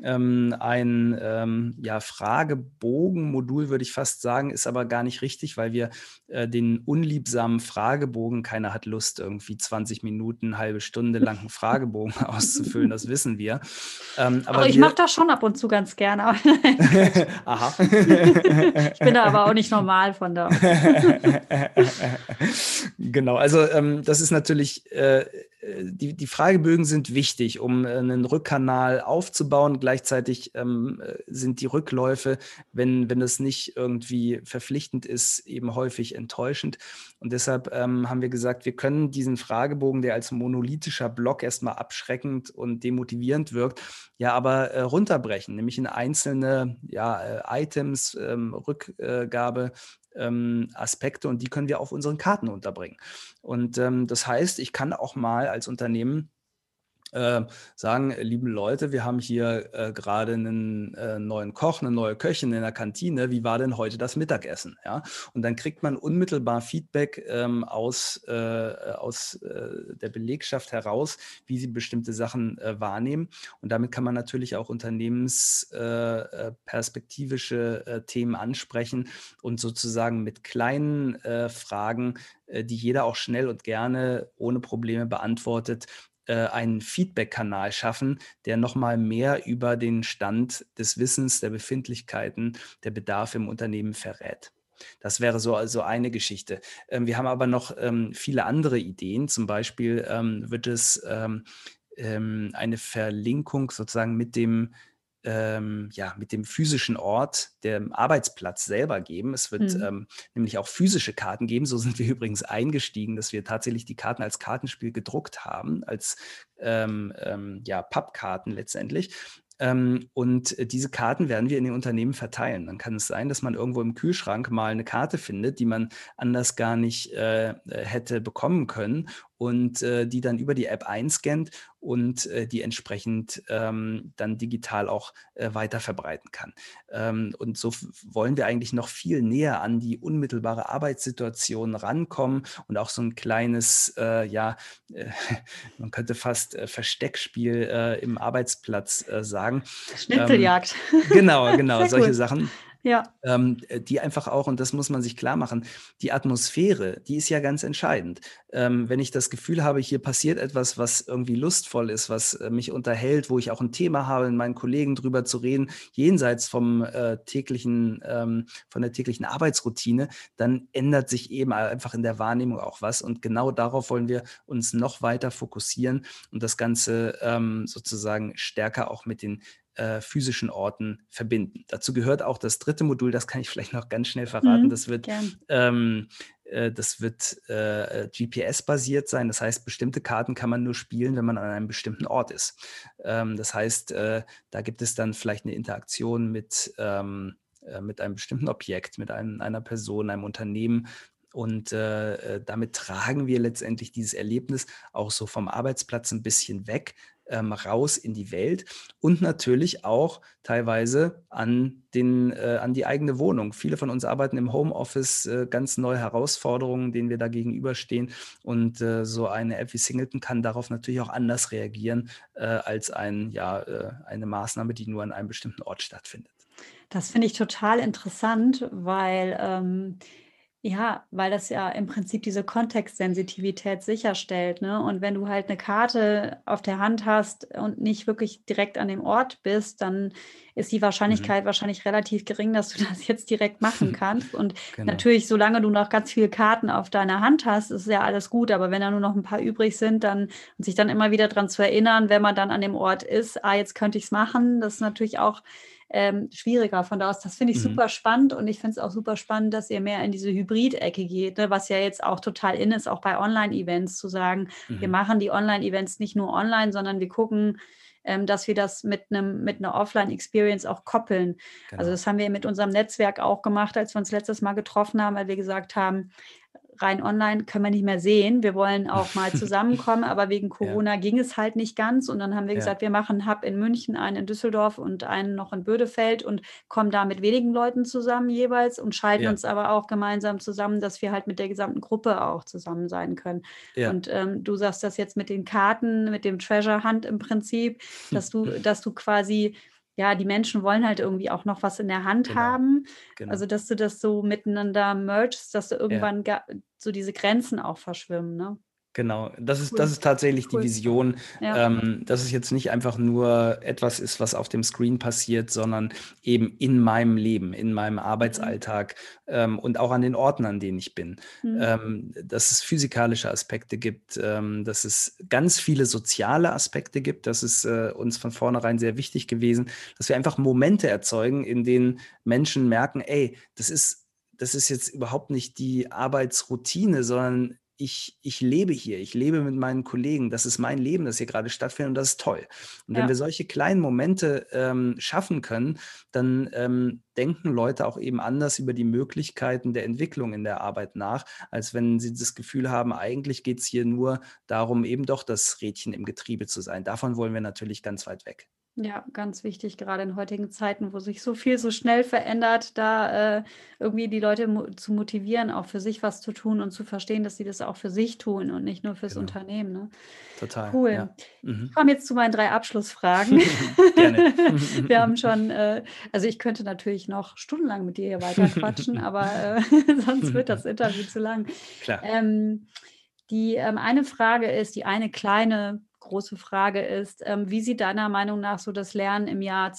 ein ja, Fragebogen-Modul, würde ich fast sagen, ist aber gar nicht richtig, weil wir den unliebsamen Fragebogen, keiner hat Lust, irgendwie 20 Minuten, eine halbe Stunde lang einen Fragebogen auszufüllen, das wissen wir. Ach, Aber ich mache wir das schon ab und zu ganz gerne, aber nein, Quatsch. Aha. Ich bin da aber auch nicht normal, von da aus. Genau, also das ist natürlich, die Fragebögen sind wichtig, um einen Rückkanal aufzubauen. Gleichzeitig sind die Rückläufe, wenn das nicht irgendwie verpflichtend ist, eben häufig enttäuschend. Und deshalb haben wir gesagt, wir können diesen Fragebogen, der als monolithischer Block erstmal abschreckend und demotivierend wirkt, ja, aber runterbrechen, nämlich in einzelne ja, Items, Rückgabe, Aspekte, und die können wir auf unseren Karten unterbringen. Und das heißt, ich kann auch mal als Unternehmen äh, sagen, liebe Leute, wir haben hier gerade einen neuen Koch, eine neue Köchin in der Kantine. Wie war denn heute das Mittagessen? Ja? Und dann kriegt man unmittelbar Feedback aus der Belegschaft heraus, wie sie bestimmte Sachen wahrnehmen. Und damit kann man natürlich auch unternehmensperspektivische Themen ansprechen und sozusagen mit kleinen Fragen, die jeder auch schnell und gerne ohne Probleme beantwortet, einen Feedback-Kanal schaffen, der nochmal mehr über den Stand des Wissens, der Befindlichkeiten, der Bedarfe im Unternehmen verrät. Das wäre so also eine Geschichte. Wir haben aber noch viele andere Ideen. Zum Beispiel wird es eine Verlinkung sozusagen ja, mit dem physischen Ort, dem Arbeitsplatz selber geben. Es wird Mhm. nämlich auch physische Karten geben. So sind wir übrigens eingestiegen, dass wir tatsächlich die Karten als Kartenspiel gedruckt haben, als ja, Pappkarten letztendlich. Und diese Karten werden wir in den Unternehmen verteilen. Dann kann es sein, dass man irgendwo im Kühlschrank mal eine Karte findet, die man anders gar nicht hätte bekommen können, und die dann über die App einscannt und die entsprechend dann digital auch weiter verbreiten kann. Und so wollen wir eigentlich noch viel näher an die unmittelbare Arbeitssituation rankommen und auch so ein kleines, ja, äh, man könnte fast Versteckspiel im Arbeitsplatz sagen. Ähm, Schnitzeljagd. genau, Sehr solche cool. Sachen, Ja. die einfach auch, und das muss man sich klar machen, die Atmosphäre, die ist ja ganz entscheidend. Wenn ich das Gefühl habe, hier passiert etwas, was irgendwie lustvoll ist, was mich unterhält, wo ich auch ein Thema habe, mit meinen Kollegen drüber zu reden, jenseits von der täglichen Arbeitsroutine, dann ändert sich eben einfach in der Wahrnehmung auch was. Und genau darauf wollen wir uns noch weiter fokussieren und das Ganze sozusagen stärker auch mit den physischen Orten verbinden. Dazu gehört auch das dritte Modul, das kann ich vielleicht noch ganz schnell verraten. Mhm. Das wird Gern. ähm, das wird GPS-basiert sein. Das heißt, bestimmte Karten kann man nur spielen, wenn man an einem bestimmten Ort ist. Das heißt, da gibt es dann vielleicht eine Interaktion mit einem bestimmten Objekt, mit einer Person, einem Unternehmen. Und damit tragen wir letztendlich dieses Erlebnis auch so vom Arbeitsplatz ein bisschen weg, raus in die Welt und natürlich auch teilweise an die eigene Wohnung. Viele von uns arbeiten im Homeoffice, ganz neue Herausforderungen, denen wir da gegenüberstehen. Und so eine App wie Singleton kann darauf natürlich auch anders reagieren als eine Maßnahme, die nur an einem bestimmten Ort stattfindet. Das finde ich total interessant, weil das ja im Prinzip diese Kontextsensitivität sicherstellt, ne? Und wenn du halt eine Karte auf der Hand hast und nicht wirklich direkt an dem Ort bist, dann ist die Mhm. Wahrscheinlichkeit wahrscheinlich relativ gering, dass du das jetzt direkt machen kannst. Und Genau. natürlich, solange du noch ganz viele Karten auf deiner Hand hast, ist ja alles gut. Aber wenn da nur noch ein paar übrig sind, dann und sich dann immer wieder dran zu erinnern, wenn man dann an dem Ort ist: „Ah, jetzt könnte ich es machen“, das ist natürlich auch schwieriger. Von da aus, das finde ich Mhm. super spannend und ich finde es auch super spannend, dass ihr mehr in diese Hybrid-Ecke geht, ne, was ja jetzt auch total in ist, auch bei Online-Events zu sagen, wir Mhm. machen die Online-Events nicht nur online, sondern wir gucken, dass wir das mit einer Offline-Experience auch koppeln. Also Genau. das haben wir mit unserem Netzwerk auch gemacht, als wir uns letztes Mal getroffen haben, weil wir gesagt haben, rein online können wir nicht mehr sehen. Wir wollen auch mal zusammenkommen, aber wegen Ja, Corona ging es halt nicht ganz. Und dann haben wir ja, gesagt, wir machen einen Hub in München, einen in Düsseldorf und einen noch in Bödefeld und kommen da mit wenigen Leuten zusammen jeweils und schalten ja, uns aber auch gemeinsam zusammen, dass wir halt mit der gesamten Gruppe auch zusammen sein können. ja. Und du sagst das jetzt mit den Karten, mit dem Treasure Hunt im Prinzip, dass du quasi, ja, die Menschen wollen halt irgendwie auch noch was in der Hand Genau, haben. genau. Also, dass du das so miteinander mergst, dass du Ja. irgendwann so diese Grenzen auch verschwimmen, ne? Genau, das Cool, ist tatsächlich die cool. Vision, Ja. dass es jetzt nicht einfach nur etwas ist, was auf dem Screen passiert, sondern eben in meinem Leben, in meinem Mhm. Arbeitsalltag, und auch an den Orten, an denen ich bin. Mhm. Dass es physikalische Aspekte gibt, dass es ganz viele soziale Aspekte gibt. Das ist uns von vornherein sehr wichtig gewesen, dass wir einfach Momente erzeugen, in denen Menschen merken, ey, das ist jetzt überhaupt nicht die Arbeitsroutine, sondern ich lebe hier, ich lebe mit meinen Kollegen, das ist mein Leben, das hier gerade stattfindet und das ist toll. Und wenn wir Ja. solche kleinen Momente schaffen können, dann denken Leute auch eben anders über die Möglichkeiten der Entwicklung in der Arbeit nach, als wenn sie das Gefühl haben, eigentlich geht es hier nur darum, eben doch das Rädchen im Getriebe zu sein. Davon wollen wir natürlich ganz weit weg. Ja, ganz wichtig, gerade in heutigen Zeiten, wo sich so viel so schnell verändert, da irgendwie die Leute zu motivieren, auch für sich was zu tun und zu verstehen, dass sie das auch für sich tun und nicht nur fürs Genau, Unternehmen, ne? total, Cool. ja. Ich Mhm. komme jetzt zu meinen 3 Abschlussfragen. Gerne. Wir haben schon also, ich könnte natürlich noch stundenlang mit dir hier weiter quatschen, aber sonst wird das Interview zu lang. Klar. Ähm, eine Frage ist die eine kleine, große Frage ist, wie sieht deiner Meinung nach so das Lernen im Jahr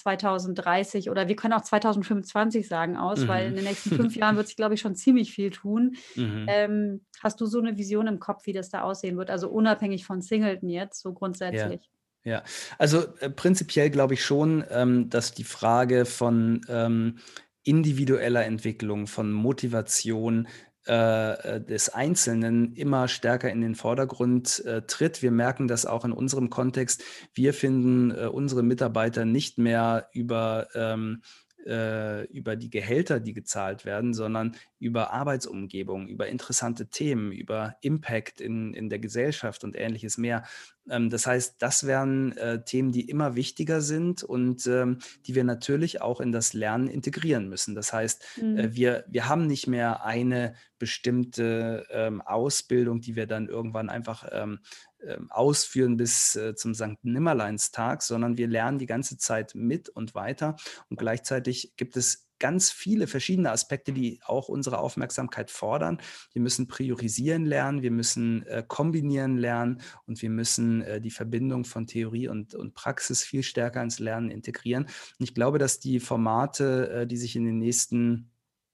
2030 oder wir können auch 2025 sagen aus, weil Mhm. in den nächsten 5 Jahren wird sich, glaube ich, schon ziemlich viel tun. Mhm. Hast du so eine Vision im Kopf, wie das da aussehen wird? Also, unabhängig von Singleton jetzt, so Ja, grundsätzlich? ja. Also, prinzipiell glaube ich schon, dass die Frage von, individueller Entwicklung, von Motivation, des Einzelnen immer stärker in den Vordergrund, tritt. Wir merken das auch in unserem Kontext. Wir finden, unsere Mitarbeiter nicht mehr über die Gehälter, die gezahlt werden, sondern über Arbeitsumgebung, über interessante Themen, über Impact in der Gesellschaft und Ähnliches mehr. Das heißt, das wären Themen, die immer wichtiger sind und die wir natürlich auch in das Lernen integrieren müssen. Das heißt, Mhm. wir haben nicht mehr eine bestimmte Ausbildung, die wir dann irgendwann einfach ausführen bis zum Sankt Nimmerleinstag, sondern wir lernen die ganze Zeit mit und weiter. Und gleichzeitig gibt es ganz viele verschiedene Aspekte, die auch unsere Aufmerksamkeit fordern. Wir müssen priorisieren lernen, wir müssen kombinieren lernen und wir müssen die Verbindung von Theorie und Praxis viel stärker ins Lernen integrieren. Und ich glaube, dass die Formate, die sich in den nächsten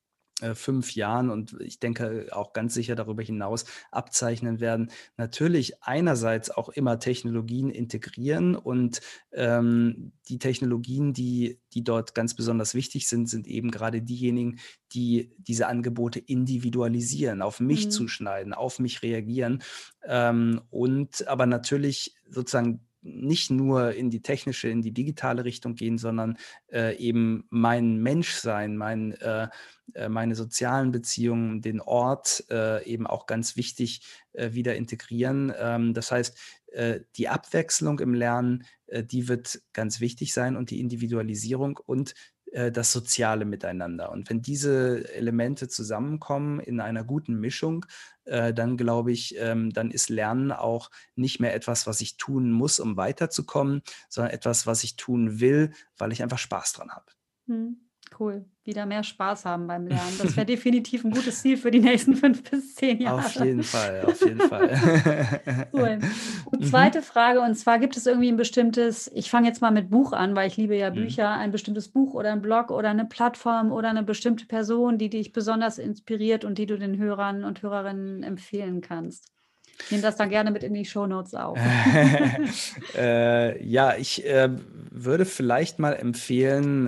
5 Jahren und ich denke auch ganz sicher darüber hinaus abzeichnen werden, natürlich einerseits auch immer Technologien integrieren und die Technologien, die dort ganz besonders wichtig sind, sind eben gerade diejenigen, die diese Angebote individualisieren, auf mich Mhm. zuschneiden, auf mich reagieren und aber natürlich sozusagen nicht nur in die technische, in die digitale Richtung gehen, sondern eben mein Menschsein, meine sozialen Beziehungen, den Ort eben auch ganz wichtig wieder integrieren. Das heißt, die Abwechslung im Lernen, die wird ganz wichtig sein und die Individualisierung und das soziale Miteinander. Und wenn diese Elemente zusammenkommen in einer guten Mischung, dann glaube ich, dann ist Lernen auch nicht mehr etwas, was ich tun muss, um weiterzukommen, sondern etwas, was ich tun will, weil ich einfach Spaß dran habe. Mhm. Cool. Wieder mehr Spaß haben beim Lernen. Das wäre definitiv ein gutes Ziel für die nächsten 5 bis 10 Auf Jahre. jeden Fall, auf jeden Fall. Cool. Und Mhm, zweite Frage, und zwar gibt es irgendwie ein bestimmtes, ich fange jetzt mal mit Buch an, weil ich liebe ja mhm. Bücher, ein bestimmtes Buch oder ein Blog oder eine Plattform oder eine bestimmte Person, die dich besonders inspiriert und die du den Hörern und Hörerinnen empfehlen kannst? Ich nehme das dann gerne mit in die Shownotes auf. Ja, ich würde vielleicht mal empfehlen,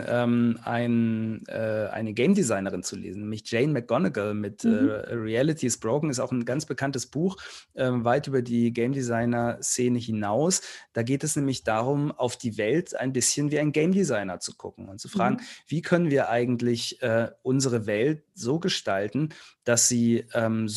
eine Game Designerin zu lesen, nämlich Jane McGonigal mit Mhm. Reality is Broken, ist auch ein ganz bekanntes Buch, weit über die Game Designer-Szene hinaus. Da geht es nämlich darum, auf die Welt ein bisschen wie ein Game Designer zu gucken und zu fragen, Mhm. wie können wir eigentlich unsere Welt so gestalten, dass sie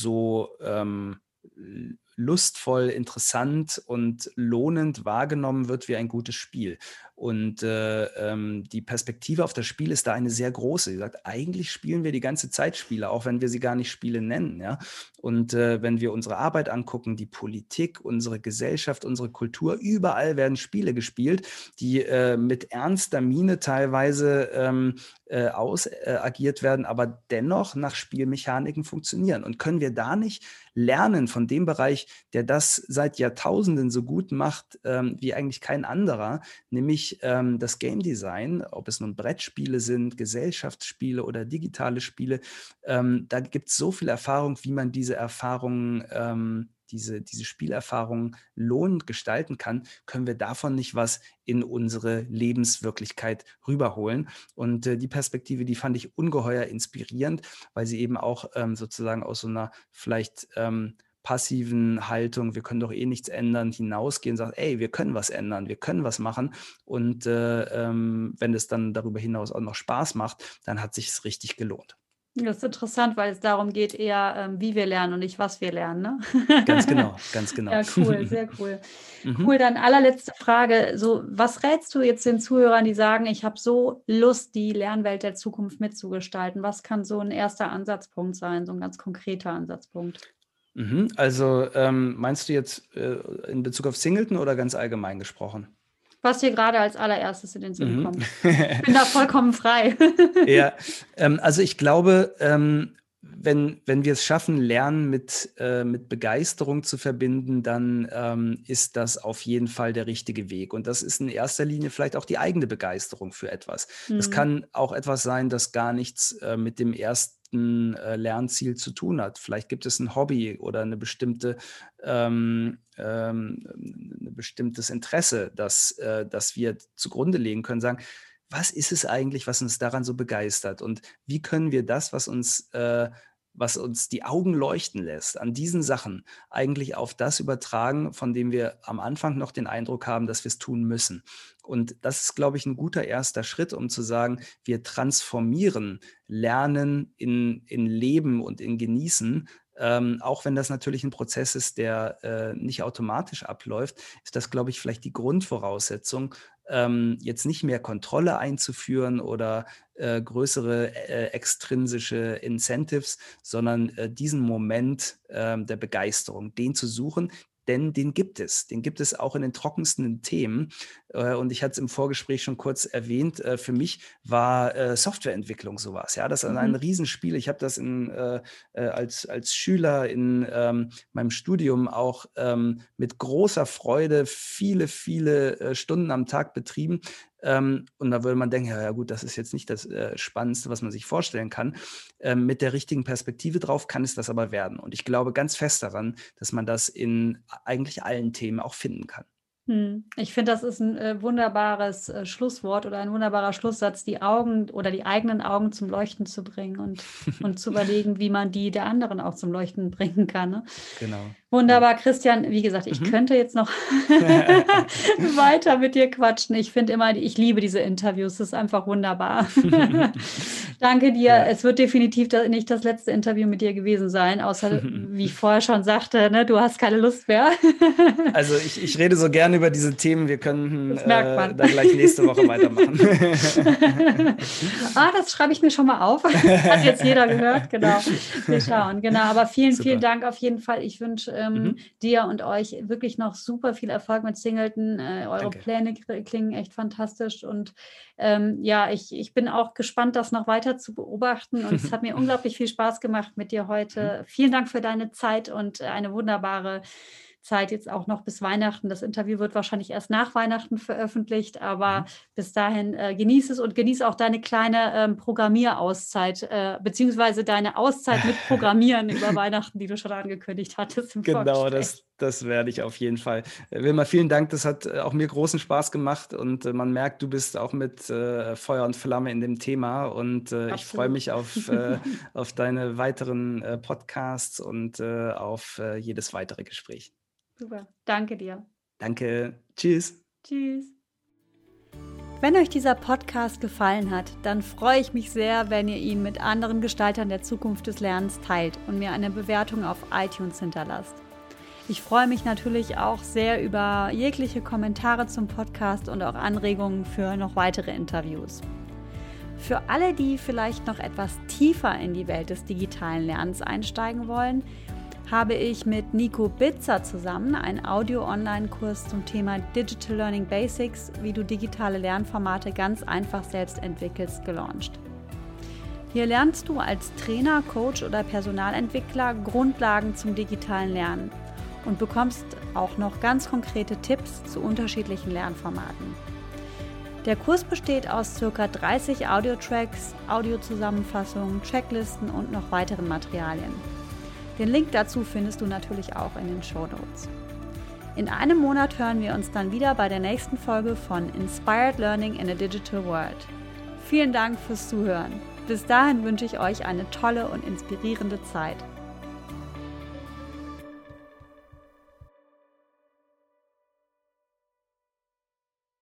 lustvoll, interessant und lohnend wahrgenommen wird wie ein gutes Spiel. Und die Perspektive auf das Spiel ist da eine sehr große. Sie sagt, eigentlich spielen wir die ganze Zeit Spiele, auch wenn wir sie gar nicht Spiele nennen. Ja? Und wenn wir unsere Arbeit angucken, die Politik, unsere Gesellschaft, unsere Kultur, überall werden Spiele gespielt, die mit ernster Miene teilweise agiert werden, aber dennoch nach Spielmechaniken funktionieren. Und können wir da nicht lernen von dem Bereich, der das seit Jahrtausenden so gut macht wie eigentlich kein anderer, nämlich das Game Design, ob es nun Brettspiele sind, Gesellschaftsspiele oder digitale Spiele. Da gibt es so viel Erfahrung, wie man diese Erfahrungen, diese Spielerfahrungen lohnend gestalten kann, können wir davon nicht was in unsere Lebenswirklichkeit rüberholen. Und die Perspektive, die fand ich ungeheuer inspirierend, weil sie eben auch sozusagen aus so einer vielleicht passiven Haltung, wir können doch eh nichts ändern, hinausgehen, sagt, ey, wir können was ändern, wir können was machen. Und wenn es dann darüber hinaus auch noch Spaß macht, dann hat sich es richtig gelohnt. Das ist interessant, weil es darum geht eher, wie wir lernen und nicht, was wir lernen, ne? Ganz genau, ganz genau. Ja, cool, sehr cool. Cool, Mhm. dann allerletzte Frage. So, was rätst du jetzt den Zuhörern, die sagen, ich habe so Lust, die Lernwelt der Zukunft mitzugestalten? Was kann so ein erster Ansatzpunkt sein, so ein ganz konkreter Ansatzpunkt? Also meinst du jetzt in Bezug auf Singleton oder ganz allgemein gesprochen? Was dir gerade als allererstes in den Sinn Mhm. kommt. Ich bin da vollkommen frei. Ja, also ich glaube, wenn wir es schaffen, Lernen mit Begeisterung zu verbinden, dann ist das auf jeden Fall der richtige Weg. Und das ist in erster Linie vielleicht auch die eigene Begeisterung für etwas. Das Mhm. kann auch etwas sein, das gar nichts mit dem ersten Lernziel zu tun hat. Vielleicht gibt es ein Hobby oder ein bestimmtes Interesse, das wir zugrunde legen können, sagen, was ist es eigentlich, was uns daran so begeistert? Und wie können wir das, was uns die Augen leuchten lässt, an diesen Sachen eigentlich auf das übertragen, von dem wir am Anfang noch den Eindruck haben, dass wir es tun müssen? Und das ist, glaube ich, ein guter erster Schritt, um zu sagen, wir transformieren Lernen in Leben und in Genießen. Auch wenn das natürlich ein Prozess ist, der nicht automatisch abläuft, ist das, glaube ich, vielleicht die Grundvoraussetzung, jetzt nicht mehr Kontrolle einzuführen oder größere extrinsische Incentives, sondern diesen Moment der Begeisterung, den zu suchen, denn den gibt es. Den gibt es auch in den trockensten Themen. Und ich hatte es im Vorgespräch schon kurz erwähnt. Für mich war Softwareentwicklung sowas. Ja, das ist ein Mhm. Riesenspiel. Ich habe das als Schüler in meinem Studium auch mit großer Freude viele Stunden am Tag betrieben. Und da würde man denken, ja gut, das ist jetzt nicht das Spannendste, was man sich vorstellen kann. Mit der richtigen Perspektive drauf kann es das aber werden. Und ich glaube ganz fest daran, dass man das in eigentlich allen Themen auch finden kann. Ich finde, das ist ein wunderbares Schlusswort oder ein wunderbarer Schlusssatz, die Augen oder die eigenen Augen zum Leuchten zu bringen und zu überlegen, wie man die der anderen auch zum Leuchten bringen kann. Ne? Genau. Wunderbar, Christian. Wie gesagt, ich könnte jetzt noch weiter mit dir quatschen. Ich finde immer, ich liebe diese Interviews. Das ist einfach wunderbar. Danke dir. Ja. Es wird definitiv nicht das letzte Interview mit dir gewesen sein, außer, wie ich vorher schon sagte, ne, du hast keine Lust mehr. Also ich rede so gerne über diese Themen. Wir können da gleich nächste Woche weitermachen. Das schreibe ich mir schon mal auf. Hat jetzt jeder gehört. Genau. Wir schauen. Genau. Aber vielen Dank auf jeden Fall. Ich wünsche dir und euch wirklich noch super viel Erfolg mit Singleton. Eure Pläne klingen echt fantastisch. Und ich bin auch gespannt, das noch weiter zu beobachten. Und es hat mir unglaublich viel Spaß gemacht mit dir heute. Vielen Dank für deine Zeit und eine wunderbare Zeit jetzt auch noch bis Weihnachten. Das Interview wird wahrscheinlich erst nach Weihnachten veröffentlicht, aber bis dahin genieß es und genieß auch deine kleine Programmierauszeit, beziehungsweise deine Auszeit mit Programmieren über Weihnachten, die du schon angekündigt hattest. Genau, das werde ich auf jeden Fall. Wilma, vielen Dank, das hat auch mir großen Spaß gemacht und man merkt, du bist auch mit Feuer und Flamme in dem Thema und ich freue mich auf deine weiteren Podcasts und auf jedes weitere Gespräch. Super, danke dir. Danke, tschüss. Tschüss. Wenn euch dieser Podcast gefallen hat, dann freue ich mich sehr, wenn ihr ihn mit anderen Gestaltern der Zukunft des Lernens teilt und mir eine Bewertung auf iTunes hinterlasst. Ich freue mich natürlich auch sehr über jegliche Kommentare zum Podcast und auch Anregungen für noch weitere Interviews. Für alle, die vielleicht noch etwas tiefer in die Welt des digitalen Lernens einsteigen wollen, habe ich mit Nico Bitzer zusammen einen Audio-Online-Kurs zum Thema Digital Learning Basics, wie du digitale Lernformate ganz einfach selbst entwickelst, gelauncht. Hier lernst du als Trainer, Coach oder Personalentwickler Grundlagen zum digitalen Lernen und bekommst auch noch ganz konkrete Tipps zu unterschiedlichen Lernformaten. Der Kurs besteht aus ca. 30 Audio-Tracks, Audiozusammenfassungen, Checklisten und noch weiteren Materialien. Den Link dazu findest du natürlich auch in den Shownotes. In einem Monat hören wir uns dann wieder bei der nächsten Folge von Inspired Learning in a Digital World. Vielen Dank fürs Zuhören. Bis dahin wünsche ich euch eine tolle und inspirierende Zeit.